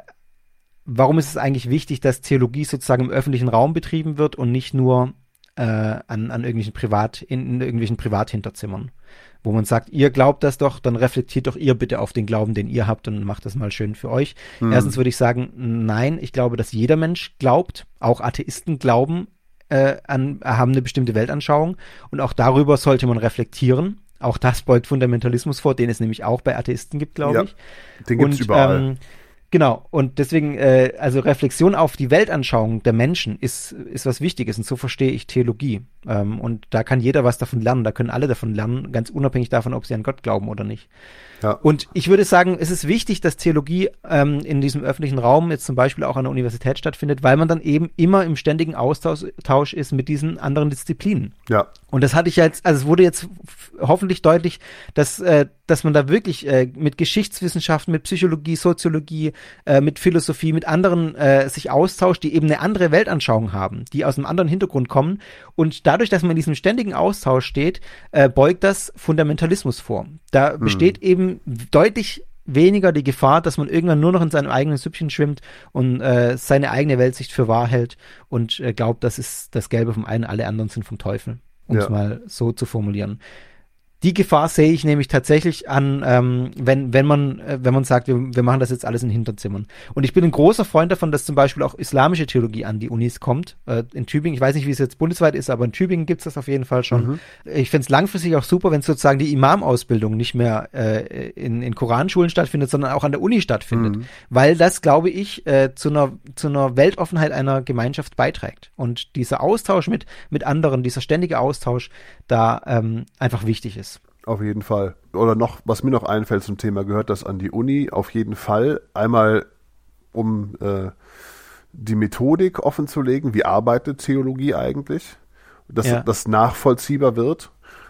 warum ist es eigentlich wichtig, dass Theologie sozusagen im öffentlichen Raum betrieben wird und nicht nur äh, an, an irgendwelchen Privat, in, in irgendwelchen Privathinterzimmern? Wo man sagt, ihr glaubt das doch, dann reflektiert doch ihr bitte auf den Glauben, den ihr habt und macht das mal schön für euch. Hm. Erstens würde ich sagen, nein, ich glaube, dass jeder Mensch glaubt, auch Atheisten glauben, Äh, an, haben eine bestimmte Weltanschauung und auch darüber sollte man reflektieren. Auch das beugt Fundamentalismus vor, den es nämlich auch bei Atheisten gibt, glaube ja, ich. Den gibt es überall. Ähm, genau, und deswegen, äh, also Reflexion auf die Weltanschauung der Menschen ist, ist was Wichtiges und so verstehe ich Theologie. Ähm, und da kann jeder was davon lernen, da können alle davon lernen, ganz unabhängig davon, ob sie an Gott glauben oder nicht. Ja. Und ich würde sagen, es ist wichtig, dass Theologie ähm, in diesem öffentlichen Raum jetzt zum Beispiel auch an der Universität stattfindet, weil man dann eben immer im ständigen Austausch ist mit diesen anderen Disziplinen. Ja. Und das hatte ich jetzt, also es wurde jetzt f- hoffentlich deutlich, dass, äh, dass man da wirklich äh, mit Geschichtswissenschaften, mit Psychologie, Soziologie, äh, mit Philosophie, mit anderen äh, sich austauscht, die eben eine andere Weltanschauung haben, die aus einem anderen Hintergrund kommen. Und dadurch, dass man in diesem ständigen Austausch steht, äh, beugt das Fundamentalismus vor. Da hm. besteht eben deutlich weniger die Gefahr, dass man irgendwann nur noch in seinem eigenen Süppchen schwimmt und äh, seine eigene Weltsicht für wahr hält und äh, glaubt, das ist das Gelbe vom einen, alle anderen sind vom Teufel, um es ja. mal so zu formulieren. Die Gefahr sehe ich nämlich tatsächlich an, ähm, wenn, wenn man, äh, wenn man sagt, wir, wir machen das jetzt alles in Hinterzimmern. Und ich bin ein großer Freund davon, dass zum Beispiel auch islamische Theologie an die Unis kommt. Äh, in Tübingen, ich weiß nicht, wie es jetzt bundesweit ist, aber in Tübingen gibt es das auf jeden Fall schon. Mhm. Ich fände es langfristig auch super, wenn sozusagen die Imam-Ausbildung nicht mehr äh, in, in Koranschulen stattfindet, sondern auch an der Uni stattfindet. Mhm. Weil das, glaube ich, äh, zu einer, zu einer Weltoffenheit einer Gemeinschaft beiträgt. Und dieser Austausch mit, mit anderen, dieser ständige Austausch da ähm, einfach wichtig ist. Auf jeden Fall. Oder noch, was mir noch einfällt zum Thema, gehört das an die Uni auf jeden Fall. Einmal, um äh, die Methodik offenzulegen, wie arbeitet Theologie eigentlich, dass ja. das nachvollziehbar wird.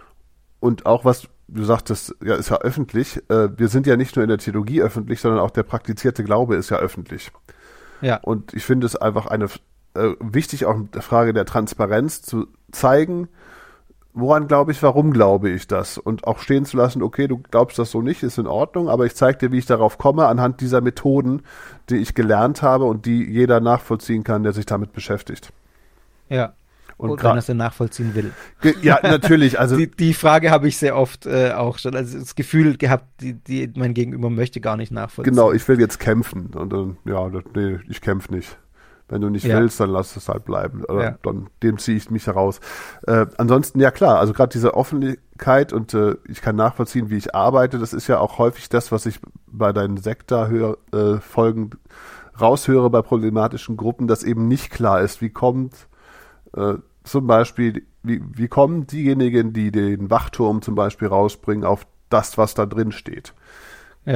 Und auch, was du sagtest, ja, ist ja öffentlich. Äh, wir sind ja nicht nur in der Theologie öffentlich, sondern auch der praktizierte Glaube ist ja öffentlich. Ja. Und ich finde es einfach eine äh, wichtig, auch eine Frage der Transparenz zu zeigen, woran glaube ich, warum glaube ich das? Und auch stehen zu lassen, okay, du glaubst das so nicht, ist in Ordnung, aber ich zeige dir, wie ich darauf komme, anhand dieser Methoden, die ich gelernt habe und die jeder nachvollziehen kann, der sich damit beschäftigt. Ja. Und, und wenn er es denn nachvollziehen will. Ja, natürlich. Also die, die Frage habe ich sehr oft äh, auch schon, also das Gefühl gehabt, die, die mein Gegenüber möchte gar nicht nachvollziehen. Genau, ich will jetzt kämpfen. Und dann, ja, nee, ich kämpfe nicht. Wenn du nicht ja. willst, dann lass es halt bleiben. Oder ja. dann dem ziehe ich mich heraus. Äh, ansonsten, ja klar, also gerade diese Offenheit und äh, ich kann nachvollziehen, wie ich arbeite, das ist ja auch häufig das, was ich bei deinen Sekta-Folgen äh, raushöre bei problematischen Gruppen, dass eben nicht klar ist, wie kommt äh, zum Beispiel, wie, wie kommen diejenigen, die den Wachturm zum Beispiel rausbringen, auf das, was da drin steht. Ja.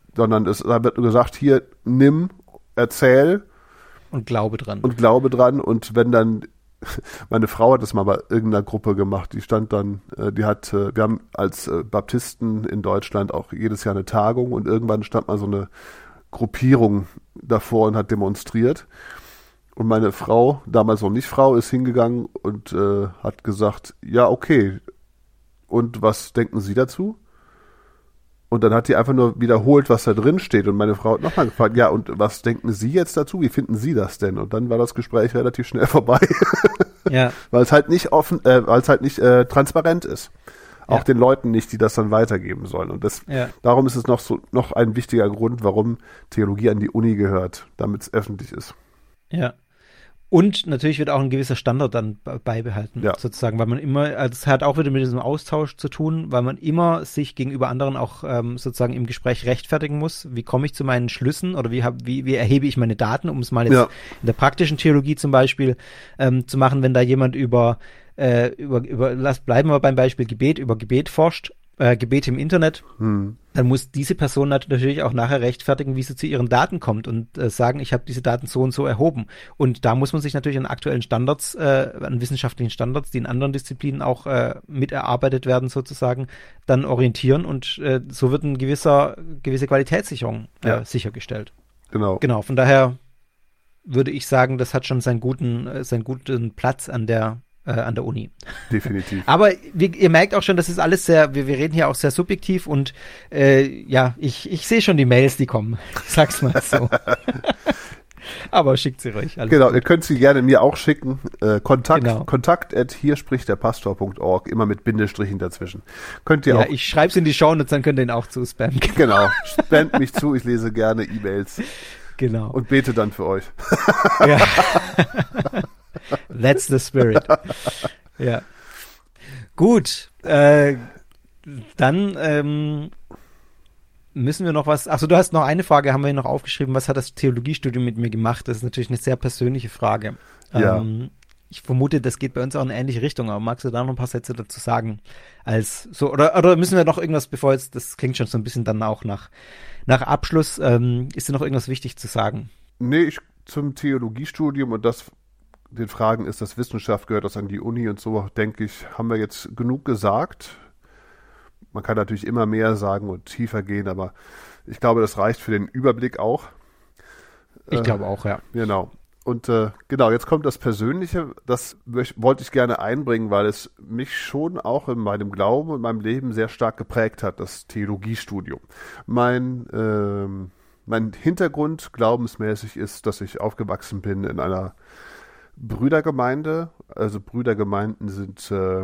sondern es da wird nur gesagt, hier, nimm, erzähl. Und glaube dran. Und glaube dran. Und wenn dann, meine Frau hat das mal bei irgendeiner Gruppe gemacht, die stand dann, äh, die hat, äh, wir haben als äh, Baptisten in Deutschland auch jedes Jahr eine Tagung und irgendwann stand mal so eine Gruppierung davor und hat demonstriert. Und meine Frau, damals noch nicht Frau, ist hingegangen und äh, hat gesagt, ja, okay, und was denken Sie dazu? Und dann hat die einfach nur wiederholt, was da drin steht. Und meine Frau hat nochmal gefragt, ja, und was denken Sie jetzt dazu? Wie finden Sie das denn? Und dann war das Gespräch relativ schnell vorbei. Ja. Weil es halt nicht offen, äh, weil es halt nicht äh, transparent ist. Auch Ja. den Leuten nicht, die das dann weitergeben sollen. Und das, Ja. darum ist es noch so, noch ein wichtiger Grund, warum Theologie an die Uni gehört, damit es öffentlich ist. Ja. Und natürlich wird auch ein gewisser Standard dann be- beibehalten, Ja. sozusagen, weil man immer, also es hat auch wieder mit diesem Austausch zu tun, weil man immer sich gegenüber anderen auch ähm, sozusagen im Gespräch rechtfertigen muss. Wie komme ich zu meinen Schlüssen oder wie, hab, wie, wie erhebe ich meine Daten, um es mal jetzt Ja. in der praktischen Theologie zum Beispiel ähm, zu machen, wenn da jemand über, äh, über, über, lass, bleiben wir beim Beispiel Gebet, über Gebet forscht, äh, Gebet im Internet, Hm. dann muss diese Person natürlich auch nachher rechtfertigen, wie sie zu ihren Daten kommt und äh, sagen, ich habe diese Daten so und so erhoben. Und da muss man sich natürlich an aktuellen Standards, äh, an wissenschaftlichen Standards, die in anderen Disziplinen auch äh, miterarbeitet werden sozusagen, dann orientieren und äh, so wird ein gewisser, gewisse Qualitätssicherung äh, Ja. sichergestellt. Genau. Genau, von daher würde ich sagen, das hat schon seinen guten, äh, seinen guten Platz an der äh, an der Uni. Definitiv. Aber wir, ihr merkt auch schon, das ist alles sehr, wir, wir reden hier auch sehr subjektiv und äh, ja, ich, ich sehe schon die Mails, die kommen. Ich sag's mal so. Aber schickt sie ruhig. Alles Genau, gut. ihr könnt sie gerne mir auch schicken. Äh, Kontakt, Genau. Kontakt at hier spricht der Pastor Punkt org, immer mit Bindestrichen dazwischen. Könnt ihr Ja, auch, ich schreib's in die Shownotes, dann könnt ihr ihn auch zuspammen. genau, spendet mich zu, ich lese gerne E-Mails Genau. und bete dann für euch. Ja. That's the spirit. Ja. Gut. Äh, dann ähm, müssen wir noch was. Achso, du hast noch eine Frage, haben wir hier noch aufgeschrieben. Was hat das Theologiestudium mit mir gemacht? Das ist natürlich eine sehr persönliche Frage. Ja. Ähm, ich vermute, das geht bei uns auch in eine ähnliche Richtung, aber magst du da noch ein paar Sätze dazu sagen? Als so, oder, oder müssen wir noch irgendwas, bevor jetzt, das klingt schon so ein bisschen dann auch nach, nach Abschluss, ähm, ist dir noch irgendwas wichtig zu sagen? Nee, ich zum Theologiestudium und das den Fragen ist, dass Wissenschaft gehört das an die Uni und so, denke ich, haben wir jetzt genug gesagt. Man kann natürlich immer mehr sagen und tiefer gehen, aber ich glaube, das reicht für den Überblick auch. Ich Äh, glaube auch, ja. Genau. Und äh, genau, jetzt kommt das Persönliche, das möcht, wollte ich gerne einbringen, weil es mich schon auch in meinem Glauben und meinem Leben sehr stark geprägt hat, das Theologiestudium. Mein, ähm, mein Hintergrund glaubensmäßig ist, dass ich aufgewachsen bin in einer Brüdergemeinde. Also Brüdergemeinden sind äh,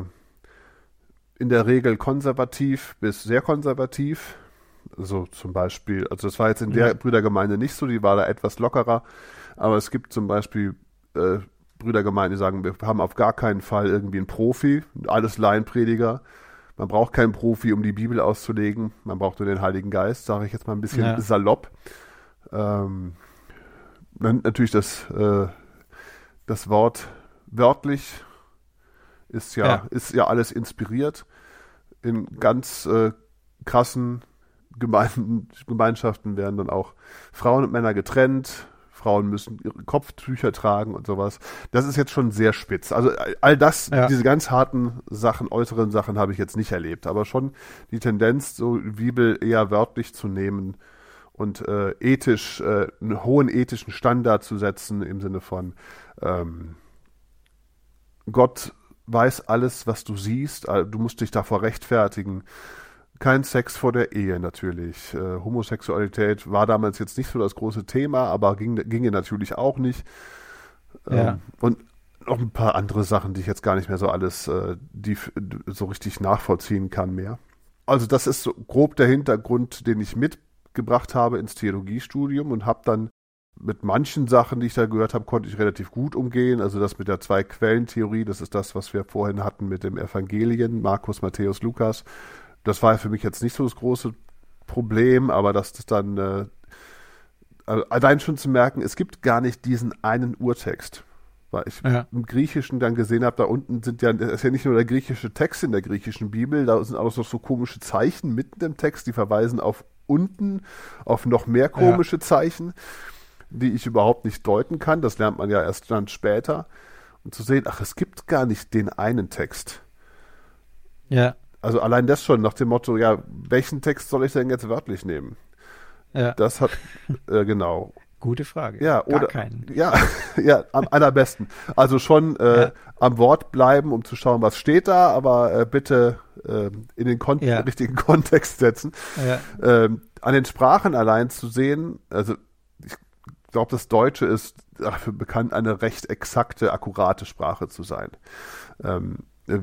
in der Regel konservativ bis sehr konservativ. Also zum Beispiel, also das war jetzt in der Ja. Brüdergemeinde nicht so, die war da etwas lockerer. Aber es gibt zum Beispiel äh, Brüdergemeinden, die sagen, wir haben auf gar keinen Fall irgendwie einen Profi, alles Laienprediger. Man braucht keinen Profi, um die Bibel auszulegen. Man braucht nur den Heiligen Geist, sage ich jetzt mal ein bisschen Ja. salopp. Ähm, dann natürlich das, äh, das Wort wörtlich ist ja, Ja. ist ja alles inspiriert. In ganz äh, krassen Gemeinden, Gemeinschaften werden dann auch Frauen und Männer getrennt. Frauen müssen ihre Kopftücher tragen und sowas. Das ist jetzt schon sehr spitz. Also all das, Ja. diese ganz harten Sachen, äußeren Sachen habe ich jetzt nicht erlebt. Aber schon die Tendenz, so Bibel eher wörtlich zu nehmen und äh, ethisch, äh, einen hohen ethischen Standard zu setzen im Sinne von ähm, Gott weiß alles, was du siehst. Du musst dich davor rechtfertigen. Kein Sex vor der Ehe natürlich. Äh, Homosexualität war damals jetzt nicht so das große Thema, aber ging, ginge natürlich auch nicht. Ähm, Ja. Und noch ein paar andere Sachen, die ich jetzt gar nicht mehr so alles äh, die, so richtig nachvollziehen kann mehr. Also das ist so grob der Hintergrund, den ich mitgebracht habe ins Theologiestudium und habe dann mit manchen Sachen, die ich da gehört habe, konnte ich relativ gut umgehen. Also das mit der Zwei-Quellen-Theorie, das ist das, was wir vorhin hatten mit dem Evangelien, Markus, Matthäus, Lukas. Das war für mich jetzt nicht so das große Problem, aber dass das dann äh, allein schon zu merken, es gibt gar nicht diesen einen Urtext. Weil ich Ja. im Griechischen dann gesehen habe, da unten sind ja, das ist ja nicht nur der griechische Text in der griechischen Bibel, da sind auch so, so komische Zeichen mitten im Text, die verweisen auf unten auf noch mehr komische ja. Zeichen, die ich überhaupt nicht deuten kann. Das lernt man ja erst dann später. Und zu sehen, ach, es gibt gar nicht den einen Text. Ja. Also allein das schon nach dem Motto, ja, welchen Text soll ich denn jetzt wörtlich nehmen? Ja. Das hat, äh, genau. Gute Frage. Ja, Gar oder, keinen. Ja, ja, am allerbesten. Also schon äh, ja. am Wort bleiben, um zu schauen, was steht da, aber äh, bitte äh, in den Kon- ja. richtigen Kontext setzen. Ja. Ähm, an den Sprachen allein zu sehen, also ich glaube, das Deutsche ist dafür bekannt, eine recht exakte, akkurate Sprache zu sein. Ähm,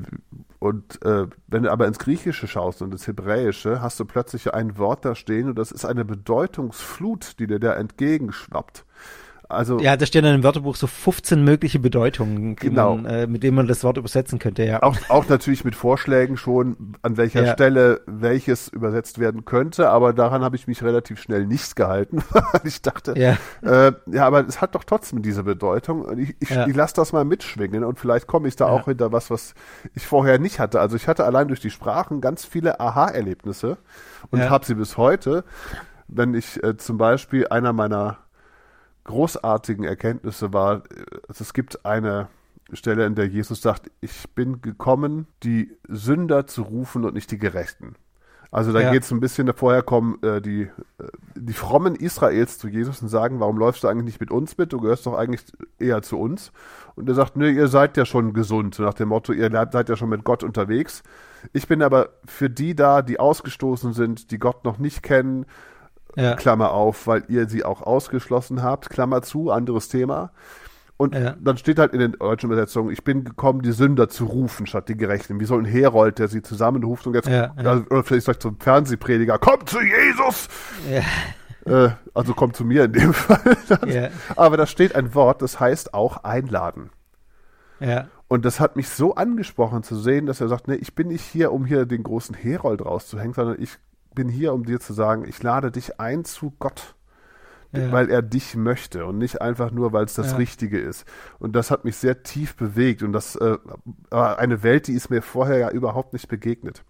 Und äh, wenn du aber ins Griechische schaust und ins Hebräische, hast du plötzlich ein Wort da stehen und das ist eine Bedeutungsflut, die dir da entgegenschwappt. Also, ja, da stehen dann im Wörterbuch so fünfzehn mögliche Bedeutungen, genau. man, äh, mit denen man das Wort übersetzen könnte. Ja. Auch, auch natürlich mit Vorschlägen schon, an welcher ja. Stelle welches übersetzt werden könnte, aber daran habe ich mich relativ schnell nicht gehalten, weil ich dachte, ja. Äh, ja, aber es hat doch trotzdem diese Bedeutung und ich, ich, ja. ich lasse das mal mitschwingen und vielleicht komme ich da ja. auch hinter was, was ich vorher nicht hatte. Also ich hatte allein durch die Sprachen ganz viele Aha-Erlebnisse und ja. habe sie bis heute, wenn ich äh, zum Beispiel einer meiner großartigen Erkenntnisse war, also es gibt eine Stelle, in der Jesus sagt, ich bin gekommen, die Sünder zu rufen und nicht die Gerechten. Also da ja. geht es ein bisschen, vorher kommen äh, die, äh, die Frommen Israels zu Jesus und sagen, warum läufst du eigentlich nicht mit uns mit? Du gehörst doch eigentlich eher zu uns. Und er sagt, nö, ihr seid ja schon gesund, so nach dem Motto, ihr seid ja schon mit Gott unterwegs. Ich bin aber für die da, die ausgestoßen sind, die Gott noch nicht kennen, ja. Klammer auf, weil ihr sie auch ausgeschlossen habt, Klammer zu, anderes Thema. Und ja. dann steht halt in den deutschen Übersetzungen, ich bin gekommen, die Sünder zu rufen, statt die Gerechten. Wie so ein Herold, der sie zusammenruft und jetzt, ja, ja. oder vielleicht sagt so ein Fernsehprediger, komm zu Jesus! Ja. Äh, also komm zu mir in dem Fall. Ja. Aber da steht ein Wort, das heißt auch einladen. Ja. Und das hat mich so angesprochen zu sehen, dass er sagt, nee, ich bin nicht hier, um hier den großen Herold rauszuhängen, sondern ich bin hier, um dir zu sagen, ich lade dich ein zu Gott, ja. weil er dich möchte und nicht einfach nur, weil es das ja. Richtige ist. Und das hat mich sehr tief bewegt und das äh, war eine Welt, die ist mir vorher ja überhaupt nicht begegnet.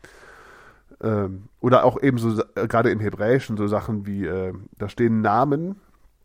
Ähm, oder auch eben so, äh, gerade im Hebräischen, so Sachen wie, äh, da stehen Namen,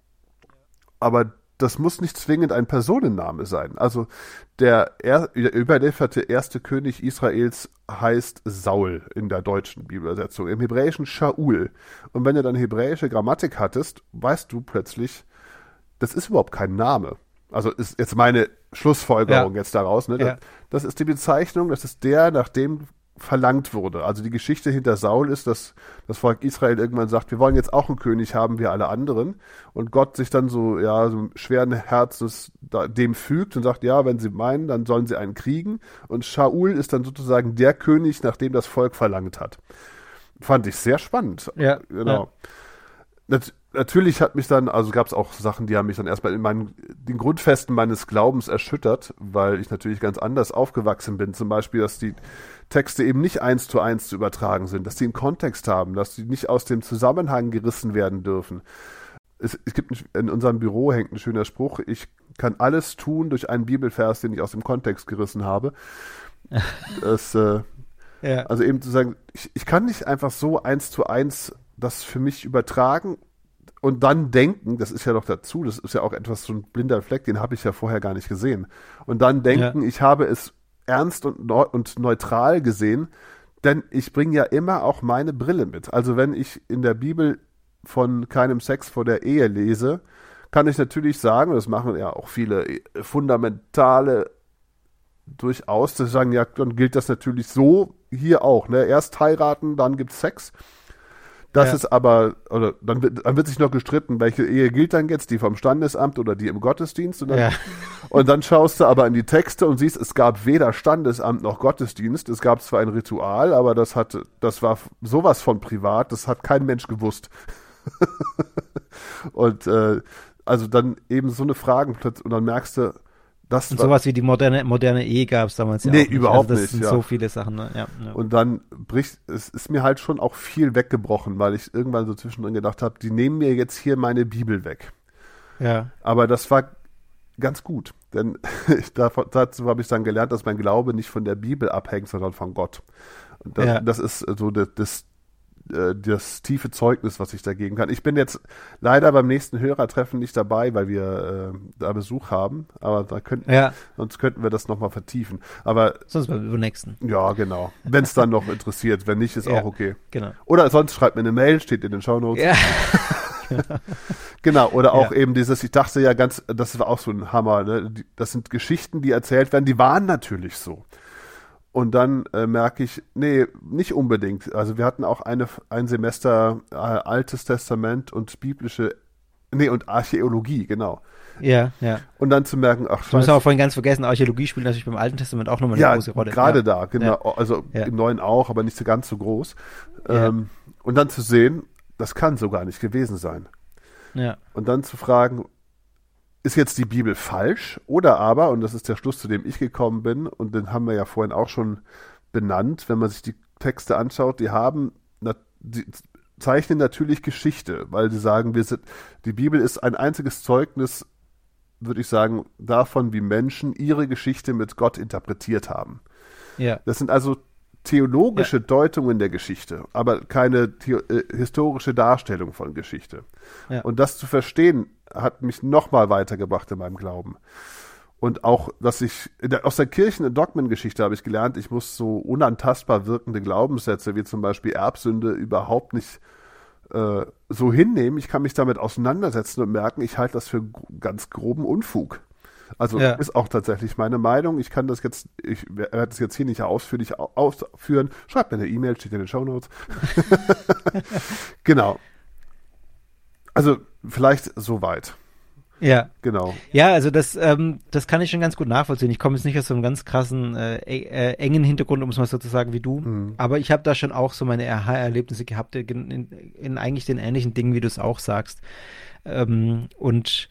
aber das muss nicht zwingend ein Personenname sein. Also der, er, der überlieferte erste König Israels heißt Saul in der deutschen Bibelübersetzung, im Hebräischen Shaul. Und wenn du dann hebräische Grammatik hattest, weißt du plötzlich, das ist überhaupt kein Name. Also ist jetzt meine Schlussfolgerung ja. jetzt daraus. Ne? Das, ja. das ist die Bezeichnung, das ist der, nach dem verlangt wurde. Also die Geschichte hinter Saul ist, dass das Volk Israel irgendwann sagt, wir wollen jetzt auch einen König haben wie alle anderen und Gott sich dann so, ja, so schweren Herzens da, dem fügt und sagt, ja, wenn sie meinen, dann sollen sie einen kriegen und Shaul ist dann sozusagen der König, nach dem das Volk verlangt hat. Fand ich sehr spannend. Ja. Genau. Ja. Nat- natürlich hat mich dann, also gab es auch Sachen, die haben mich dann erstmal in meinen, den Grundfesten meines Glaubens erschüttert, weil ich natürlich ganz anders aufgewachsen bin. Zum Beispiel, dass die Texte eben nicht eins zu eins zu übertragen sind, dass die einen Kontext haben, dass die nicht aus dem Zusammenhang gerissen werden dürfen. Es, es gibt ein, in unserem Büro hängt ein schöner Spruch, ich kann alles tun durch einen Bibelvers, den ich aus dem Kontext gerissen habe. Das, äh, ja. Also eben zu sagen, ich, ich kann nicht einfach so eins zu eins das für mich übertragen und dann denken, das ist ja doch dazu, das ist ja auch etwas, so ein blinder Fleck, den habe ich ja vorher gar nicht gesehen. Und dann denken, ja. ich habe es ernst und, neu- und neutral gesehen, denn ich bringe ja immer auch meine Brille mit. Also wenn ich in der Bibel von keinem Sex vor der Ehe lese, kann ich natürlich sagen, das machen ja auch viele fundamentale durchaus, dass sie sagen, ja, dann gilt das natürlich so hier auch, ne? Erst heiraten, dann gibt's Sex. Das ja. ist aber, oder dann wird, dann wird sich noch gestritten, welche Ehe gilt dann jetzt, die vom Standesamt oder die im Gottesdienst. Und dann, ja. und dann schaust du aber in die Texte und siehst, es gab weder Standesamt noch Gottesdienst. Es gab zwar ein Ritual, aber das hat, das war sowas von privat, das hat kein Mensch gewusst. und äh, also dann eben so eine Fragen plötzlich und dann merkst du, das und sowas wie die moderne, moderne Ehe gab es damals ja nee, auch nicht. überhaupt also das nicht. sind ja. so viele Sachen. Ne? Ja, ja. Und dann bricht, es ist mir halt schon auch viel weggebrochen, weil ich irgendwann so zwischendrin gedacht habe, die nehmen mir jetzt hier meine Bibel weg. Ja. Aber das war ganz gut, denn ich, dazu habe ich dann gelernt, dass mein Glaube nicht von der Bibel abhängt, sondern von Gott. Und das, ja. das ist so das, das äh, das tiefe Zeugnis, was ich da geben kann. Ich bin jetzt leider beim nächsten Hörertreffen nicht dabei, weil wir äh, da Besuch haben, aber da könnten, Ja. sonst könnten wir das nochmal vertiefen. Aber Sonst beim übernächsten. ja, genau. Wenn es dann noch interessiert, wenn nicht, ist Ja. auch okay. Genau. Oder sonst schreibt mir eine Mail, steht in den Shownotes. Ja. Genau, oder auch Ja. eben dieses, ich dachte ja ganz, das war auch so ein Hammer, ne? Die- Das sind Geschichten, die erzählt werden, die waren natürlich so. Und dann äh, merke ich, nee, nicht unbedingt. Also wir hatten auch eine, ein Semester äh, Altes Testament und biblische, nee, und Archäologie, genau. Ja, ja. Und dann zu merken, ach Das müssen wir scheiße, auch vorhin ganz vergessen, Archäologie spielt natürlich beim Alten Testament auch nochmal eine ja, große Rolle. gerade ja. da, genau. Also Ja. im Neuen auch, aber nicht so ganz so groß. Ja. Ähm, und dann zu sehen, das kann so gar nicht gewesen sein. Ja. Und dann zu fragen, ist jetzt die Bibel falsch? Oder aber, und das ist der Schluss, zu dem ich gekommen bin, und den haben wir ja vorhin auch schon benannt, wenn man sich die Texte anschaut, die haben, na, die zeichnen natürlich Geschichte, weil sie sagen, wir sind, die Bibel ist ein einziges Zeugnis, würde ich sagen, davon, wie Menschen ihre Geschichte mit Gott interpretiert haben. Ja. Das sind also theologische Deutungen der Geschichte, aber keine the äh, historische Darstellung von Geschichte. Ja. Und das zu verstehen, hat mich nochmal weitergebracht in meinem Glauben. Und auch, dass ich, in der, aus der Kirchen- und Dogmengeschichte habe ich gelernt, ich muss so unantastbar wirkende Glaubenssätze, wie zum Beispiel Erbsünde, überhaupt nicht äh, so hinnehmen. Ich kann mich damit auseinandersetzen und merken, ich halte das für ganz groben Unfug. Also Ja. ist auch tatsächlich meine Meinung. Ich kann das jetzt, ich werde das jetzt hier nicht ausführlich au- ausführen. Schreibt mir eine E-Mail, steht in den Shownotes. Genau. Also vielleicht soweit. Ja. Genau. Ja, also das, ähm, das kann ich schon ganz gut nachvollziehen. Ich komme jetzt nicht aus so einem ganz krassen, äh, äh, engen Hintergrund, um es mal so zu sagen wie du. Mhm. Aber ich habe da schon auch so meine Aha-Erlebnisse gehabt, in, in, in eigentlich den ähnlichen Dingen, wie du es auch sagst. Ähm, und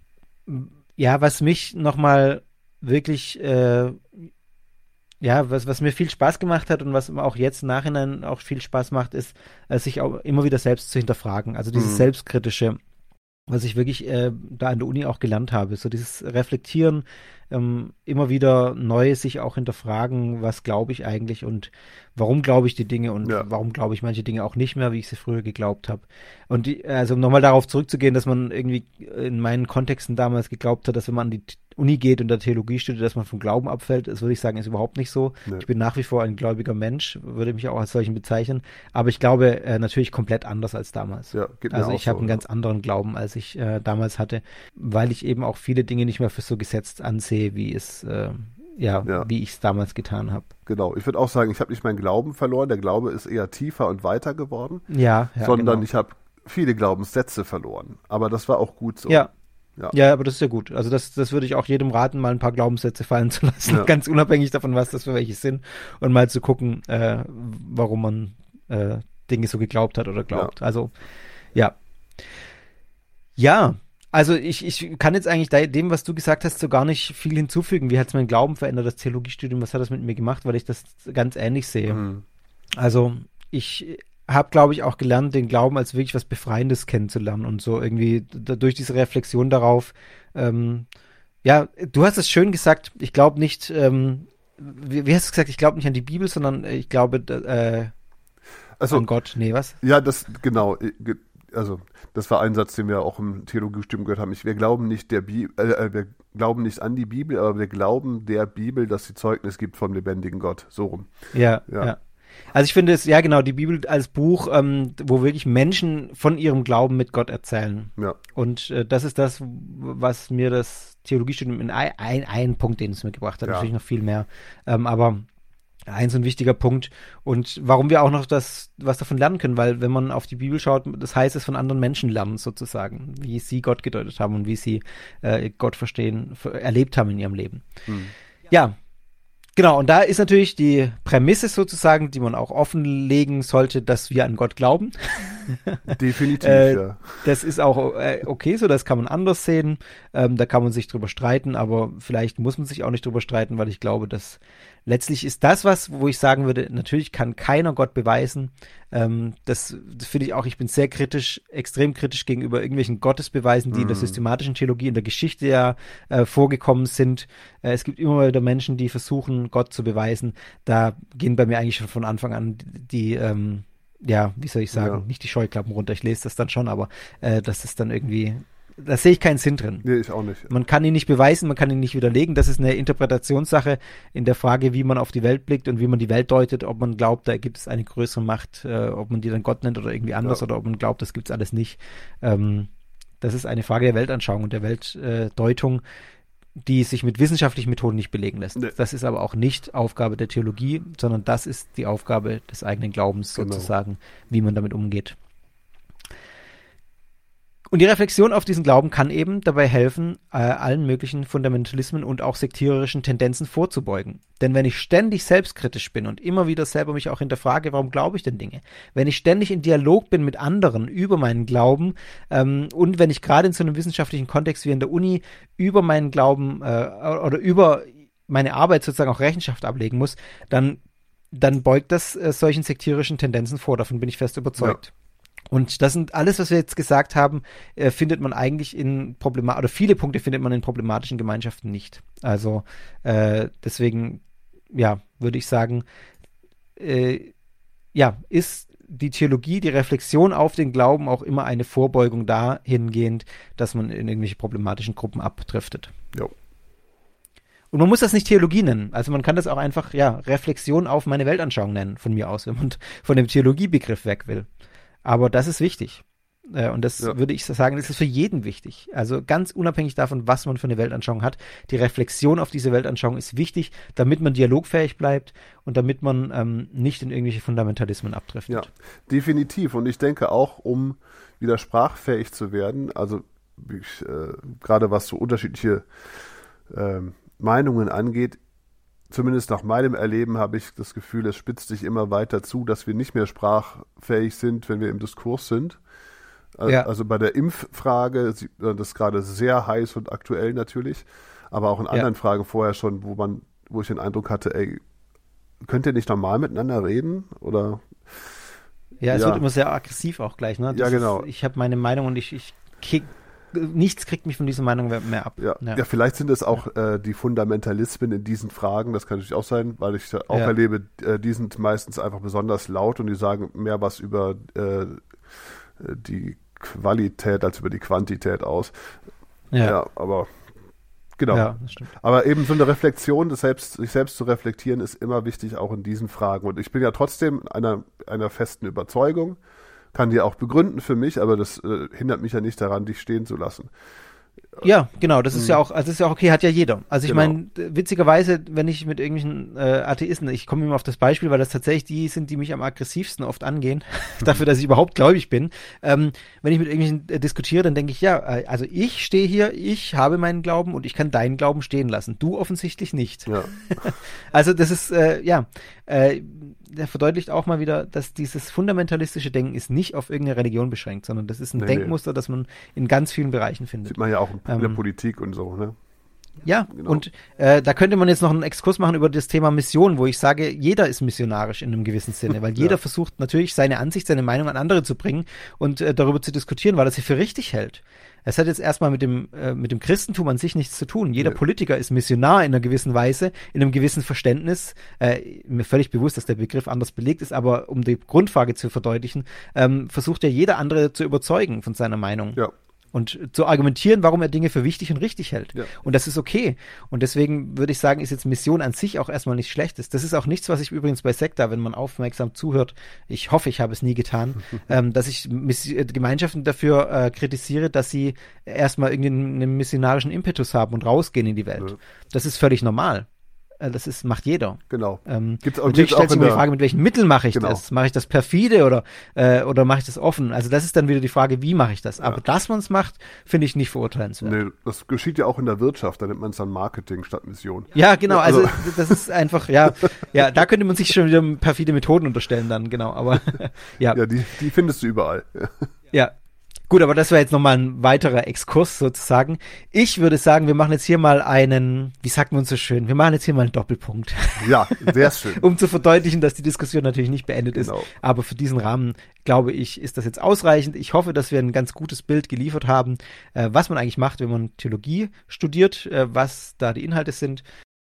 ja, was mich nochmal wirklich, äh, ja, was, was mir viel Spaß gemacht hat und was mir auch jetzt im Nachhinein auch viel Spaß macht, ist, äh, sich auch immer wieder selbst zu hinterfragen. Also dieses Mhm. Selbstkritische, was ich wirklich äh, da an der Uni auch gelernt habe. So dieses Reflektieren, ähm, immer wieder neu sich auch hinterfragen, was glaube ich eigentlich und warum glaube ich die Dinge und Ja. warum glaube ich manche Dinge auch nicht mehr, wie ich sie früher geglaubt habe. Und die, also um nochmal darauf zurückzugehen, dass man irgendwie in meinen Kontexten damals geglaubt hat, dass wenn man an die T- Uni geht und da Theologie studiert, dass man vom Glauben abfällt, das würde ich sagen, ist überhaupt nicht so. Nee. Ich bin nach wie vor ein gläubiger Mensch, würde mich auch als solchen bezeichnen, aber ich glaube äh, natürlich komplett anders als damals. Ja, geht mir Also auch ich habe so, einen ja. ganz anderen Glauben, als ich äh, damals hatte, weil ich eben auch viele Dinge nicht mehr für so gesetzt ansehe, wie es äh, ja, Ja. wie ich es damals getan habe. Genau. Ich würde auch sagen, ich habe nicht meinen Glauben verloren. Der Glaube ist eher tiefer und weiter geworden, Ja, ja, sondern genau. ich habe viele Glaubenssätze verloren. Aber das war auch gut so. Ja. Ja. Ja, aber das ist ja gut. Also das, das würde ich auch jedem raten, mal ein paar Glaubenssätze fallen zu lassen, Ja. ganz unabhängig davon, was das für welche sind und mal zu gucken, äh, warum man äh, Dinge so geglaubt hat oder glaubt. Also ja. Ja, also ich, ich kann jetzt eigentlich de- dem, was du gesagt hast, so gar nicht viel hinzufügen. Wie hat es meinen Glauben verändert, das Theologiestudium, was hat das mit mir gemacht, weil ich das ganz ähnlich sehe. Mhm. Also ich habe, glaube ich, auch gelernt, den Glauben als wirklich was Befreiendes kennenzulernen und so irgendwie d- durch diese Reflexion darauf. Ähm, ja, du hast es schön gesagt, ich glaube nicht, ähm, wie, wie hast du gesagt, ich glaube nicht an die Bibel, sondern ich glaube äh, Also, an Gott. Nee, was? ja, das, genau. äh, ge- Also, das war ein Satz, den wir auch im Theologiestudium gehört haben. Ich, wir glauben nicht der Bi äh, äh, wir glauben nicht an die Bibel, aber wir glauben der Bibel, dass sie Zeugnis gibt vom lebendigen Gott. So rum. Ja, Ja. ja. Also ich finde es, ja genau, die Bibel als Buch, ähm, wo wirklich Menschen von ihrem Glauben mit Gott erzählen. Ja. Und äh, das ist das, was mir das Theologiestudium in ein, ein, ein Punkt, den es mir gebracht hat, Ja. natürlich noch viel mehr. Ähm, aber ein so ein wichtiger Punkt und warum wir auch noch das, was davon lernen können, weil wenn man auf die Bibel schaut, das heißt es von anderen Menschen lernen sozusagen, wie sie Gott gedeutet haben und wie sie äh, Gott verstehen, ver- erlebt haben in ihrem Leben. Hm. Ja, genau, und da ist natürlich die Prämisse sozusagen, die man auch offenlegen sollte, dass wir an Gott glauben. Definitiv, Äh, ja. Das ist auch äh, okay so, das kann man anders sehen. Ähm, da kann man sich drüber streiten, aber vielleicht muss man sich auch nicht drüber streiten, weil ich glaube, dass letztlich ist das was, wo ich sagen würde, natürlich kann keiner Gott beweisen. Ähm, das das finde ich auch, ich bin sehr kritisch, extrem kritisch gegenüber irgendwelchen Gottesbeweisen, die in der Mhm. systematischen Theologie, in der Geschichte ja äh, vorgekommen sind. Äh, es gibt immer wieder Menschen, die versuchen, Gott zu beweisen. Da gehen bei mir eigentlich schon von Anfang an die, die ähm, ja, wie soll ich sagen, Ja. nicht die Scheuklappen runter, ich lese das dann schon, aber äh, das ist dann irgendwie, da sehe ich keinen Sinn drin. Nee, ich auch nicht. Man kann ihn nicht beweisen, man kann ihn nicht widerlegen. Das ist eine Interpretationssache in der Frage, wie man auf die Welt blickt und wie man die Welt deutet, ob man glaubt, da gibt es eine größere Macht, äh, ob man die dann Gott nennt oder irgendwie anders, Ja. oder ob man glaubt, das gibt es alles nicht. Ähm, das ist eine Frage der Weltanschauung und der Weltdeutung, äh, die sich mit wissenschaftlichen Methoden nicht belegen lässt. Nee. Das ist aber auch nicht Aufgabe der Theologie, sondern das ist die Aufgabe des eigenen Glaubens Genau. sozusagen, wie man damit umgeht. Und die Reflexion auf diesen Glauben kann eben dabei helfen, äh, allen möglichen Fundamentalismen und auch sektiererischen Tendenzen vorzubeugen. Denn wenn ich ständig selbstkritisch bin und immer wieder selber mich auch hinterfrage, warum glaube ich denn Dinge? Wenn ich ständig in Dialog bin mit anderen über meinen Glauben ähm, und wenn ich gerade in so einem wissenschaftlichen Kontext wie in der Uni über meinen Glauben äh, oder über meine Arbeit sozusagen auch Rechenschaft ablegen muss, dann, dann beugt das äh, solchen sektiererischen Tendenzen vor. Davon bin ich fest überzeugt. Ja. Und das sind alles, was wir jetzt gesagt haben, äh, findet man eigentlich in Problema- oder viele Punkte findet man in problematischen Gemeinschaften nicht. Also äh, deswegen, ja, würde ich sagen, äh, ja, ist die Theologie, die Reflexion auf den Glauben auch immer eine Vorbeugung dahingehend, dass man in irgendwelche problematischen Gruppen abdriftet. Ja. Und man muss das nicht Theologie nennen. Also man kann das auch einfach, ja, Reflexion auf meine Weltanschauung nennen, von mir aus, wenn man von dem Theologiebegriff weg will. Aber das ist wichtig. Äh, und das ja. würde ich sagen, das ist für jeden wichtig. Also ganz unabhängig davon, was man für eine Weltanschauung hat. Die Reflexion auf diese Weltanschauung ist wichtig, damit man dialogfähig bleibt und damit man ähm, nicht in irgendwelche Fundamentalismen abdriftet. Ja, definitiv. Und ich denke auch, um wieder sprachfähig zu werden, also ich, äh, gerade was so unterschiedliche äh, Meinungen angeht, zumindest nach meinem Erleben habe ich das Gefühl, es spitzt sich immer weiter zu, dass wir nicht mehr sprachfähig sind, wenn wir im Diskurs sind. Ja. Also bei der Impffrage, das ist gerade sehr heiß und aktuell natürlich, aber auch in anderen ja. Fragen vorher schon, wo man, wo ich den Eindruck hatte, ey, könnt ihr nicht normal miteinander reden? Oder ja, es ja. wird immer sehr aggressiv auch gleich, ne? Das ja, genau. Ist, ich habe meine Meinung und ich, ich kick nichts kriegt mich von dieser Meinung mehr ab. Ja, ja. ja vielleicht sind es auch äh, die Fundamentalismen in diesen Fragen, das kann natürlich auch sein, weil ich auch ja. erlebe, äh, die sind meistens einfach besonders laut und die sagen mehr was über äh, die Qualität als über die Quantität aus. Ja, ja aber genau. Ja, das stimmt. Aber eben so eine Reflexion, das selbst, sich selbst zu reflektieren, ist immer wichtig, auch in diesen Fragen. Und ich bin ja trotzdem einer, einer festen Überzeugung, kann die auch begründen für mich, aber das äh, hindert mich ja nicht daran, dich stehen zu lassen. Ja, genau, das ist mhm. ja auch, also das ist ja auch okay, hat ja jeder. Also ich genau. meine, witzigerweise, wenn ich mit irgendwelchen äh, Atheisten, ich komme immer auf das Beispiel, weil das tatsächlich die sind, die mich am aggressivsten oft angehen, mhm. dafür, dass ich überhaupt gläubig bin. Ähm, wenn ich mit irgendwelchen äh, diskutiere, dann denke ich, ja, äh, also ich stehe hier, ich habe meinen Glauben und ich kann deinen Glauben stehen lassen. Du offensichtlich nicht. Ja. Also das ist, äh, ja, äh, der verdeutlicht auch mal wieder, dass dieses fundamentalistische Denken ist nicht auf irgendeine Religion beschränkt, sondern das ist ein nee, Denkmuster, nee. das man in ganz vielen Bereichen findet. Sieht man ja auch in ähm, der Politik und so, ne? Ja, genau. Und äh, da könnte man jetzt noch einen Exkurs machen über das Thema Mission, wo ich sage, jeder ist missionarisch in einem gewissen Sinne, weil jeder ja. versucht natürlich seine Ansicht, seine Meinung an andere zu bringen und äh, darüber zu diskutieren, weil er sie für richtig hält. Es hat jetzt erstmal mit dem, äh, mit dem Christentum an sich nichts zu tun. Jeder nee. Politiker ist Missionar in einer gewissen Weise, in einem gewissen Verständnis. Äh, mir völlig bewusst, dass der Begriff anders belegt ist, aber um die Grundfrage zu verdeutlichen, ähm, versucht ja jeder andere zu überzeugen von seiner Meinung. Ja. Und zu argumentieren, warum er Dinge für wichtig und richtig hält. Ja. Und das ist okay. Und deswegen würde ich sagen, ist jetzt Mission an sich auch erstmal nichts Schlechtes. Das ist auch nichts, was ich übrigens bei Sekta, wenn man aufmerksam zuhört, ich hoffe, ich habe es nie getan, ähm, dass ich Miss- Gemeinschaften dafür äh, kritisiere, dass sie erstmal irgendwie einen missionarischen Impetus haben und rausgehen in die Welt. Ja. Das ist völlig normal. Das ist, macht jeder. Genau. Ähm, gibt's auch, natürlich gibt's stellt auch sich immer die Frage, mit welchen Mitteln mache ich genau. das? Mache ich das perfide oder, äh, oder mache ich das offen? Also das ist dann wieder die Frage, wie mache ich das? Aber ja. dass man es macht, finde ich nicht verurteilenswert. Nee, das geschieht ja auch in der Wirtschaft, da nennt man es dann Marketing statt Mission. Ja, genau, also, also das ist einfach, ja, ja, da könnte man sich schon wieder perfide Methoden unterstellen dann, genau, aber ja. Ja, die, die findest du überall. Ja. Gut, aber das wäre jetzt nochmal ein weiterer Exkurs sozusagen. Ich würde sagen, wir machen jetzt hier mal einen, wie sagt man so schön, wir machen jetzt hier mal einen Doppelpunkt. Ja, sehr schön. Um zu verdeutlichen, dass die Diskussion natürlich nicht beendet genau. ist. Aber für diesen Rahmen, glaube ich, ist das jetzt ausreichend. Ich hoffe, dass wir ein ganz gutes Bild geliefert haben, äh, was man eigentlich macht, wenn man Theologie studiert, äh, was da die Inhalte sind.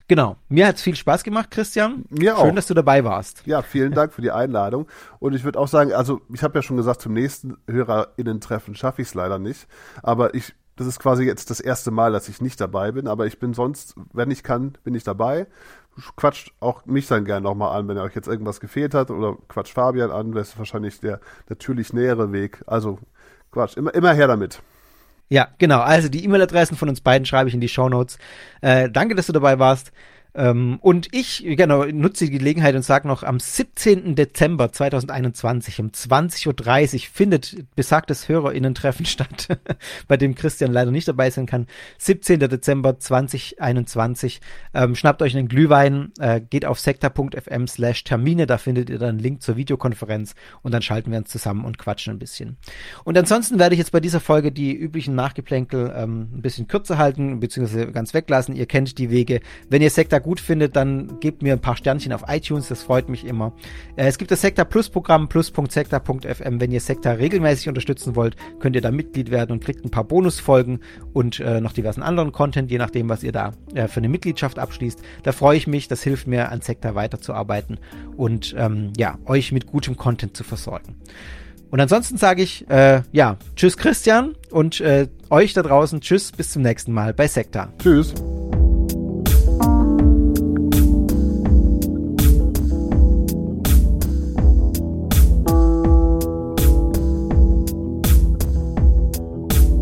Genau. Mir hat's viel Spaß gemacht, Christian. Mir auch. Schön, dass du dabei warst. Ja, vielen Dank für die Einladung. Und ich würde auch sagen, also ich habe ja schon gesagt, zum nächsten HörerInnen-Treffen schaffe ich es leider nicht. Aber ich, das ist quasi jetzt das erste Mal, dass ich nicht dabei bin. Aber ich bin sonst, wenn ich kann, bin ich dabei. Quatscht auch mich dann gerne nochmal an, wenn euch jetzt irgendwas gefehlt hat. Oder quatscht Fabian an, das ist wahrscheinlich der natürlich nähere Weg. Also Quatsch, immer, immer her damit. Ja, genau. Also die E-Mail-Adressen von uns beiden schreibe ich in die Shownotes. Äh, danke, dass du dabei warst. Ähm, und ich, genau, nutze die Gelegenheit und sage noch, am siebzehnten Dezember zweitausendeinundzwanzig um zwanzig Uhr dreißig findet besagtes HörerInnen-Treffen statt, bei dem Christian leider nicht dabei sein kann. siebzehnten Dezember zweitausendeinundzwanzig. Ähm, schnappt euch einen Glühwein, äh, geht auf sektor.fm slash Termine, da findet ihr dann einen Link zur Videokonferenz und dann schalten wir uns zusammen und quatschen ein bisschen. Und ansonsten werde ich jetzt bei dieser Folge die üblichen Nachgeplänkel ähm, ein bisschen kürzer halten, beziehungsweise ganz weglassen. Ihr kennt die Wege. Wenn ihr Sektor gut findet, dann gebt mir ein paar Sternchen auf iTunes, das freut mich immer. Äh, es gibt das Sektor Plus Programm, plus punkt sektor punkt f m. Wenn ihr Sektor regelmäßig unterstützen wollt, könnt ihr da Mitglied werden und kriegt ein paar Bonusfolgen und äh, noch diversen anderen Content, je nachdem, was ihr da äh, für eine Mitgliedschaft abschließt. Da freue ich mich, das hilft mir, an Sektor weiterzuarbeiten und ähm, ja, euch mit gutem Content zu versorgen. Und ansonsten sage ich, äh, ja, tschüss Christian und äh, euch da draußen, tschüss, bis zum nächsten Mal bei Sektor. Tschüss.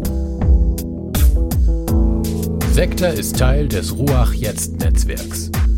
Sektor ist Teil des Ruach-Jetzt-Netzwerks.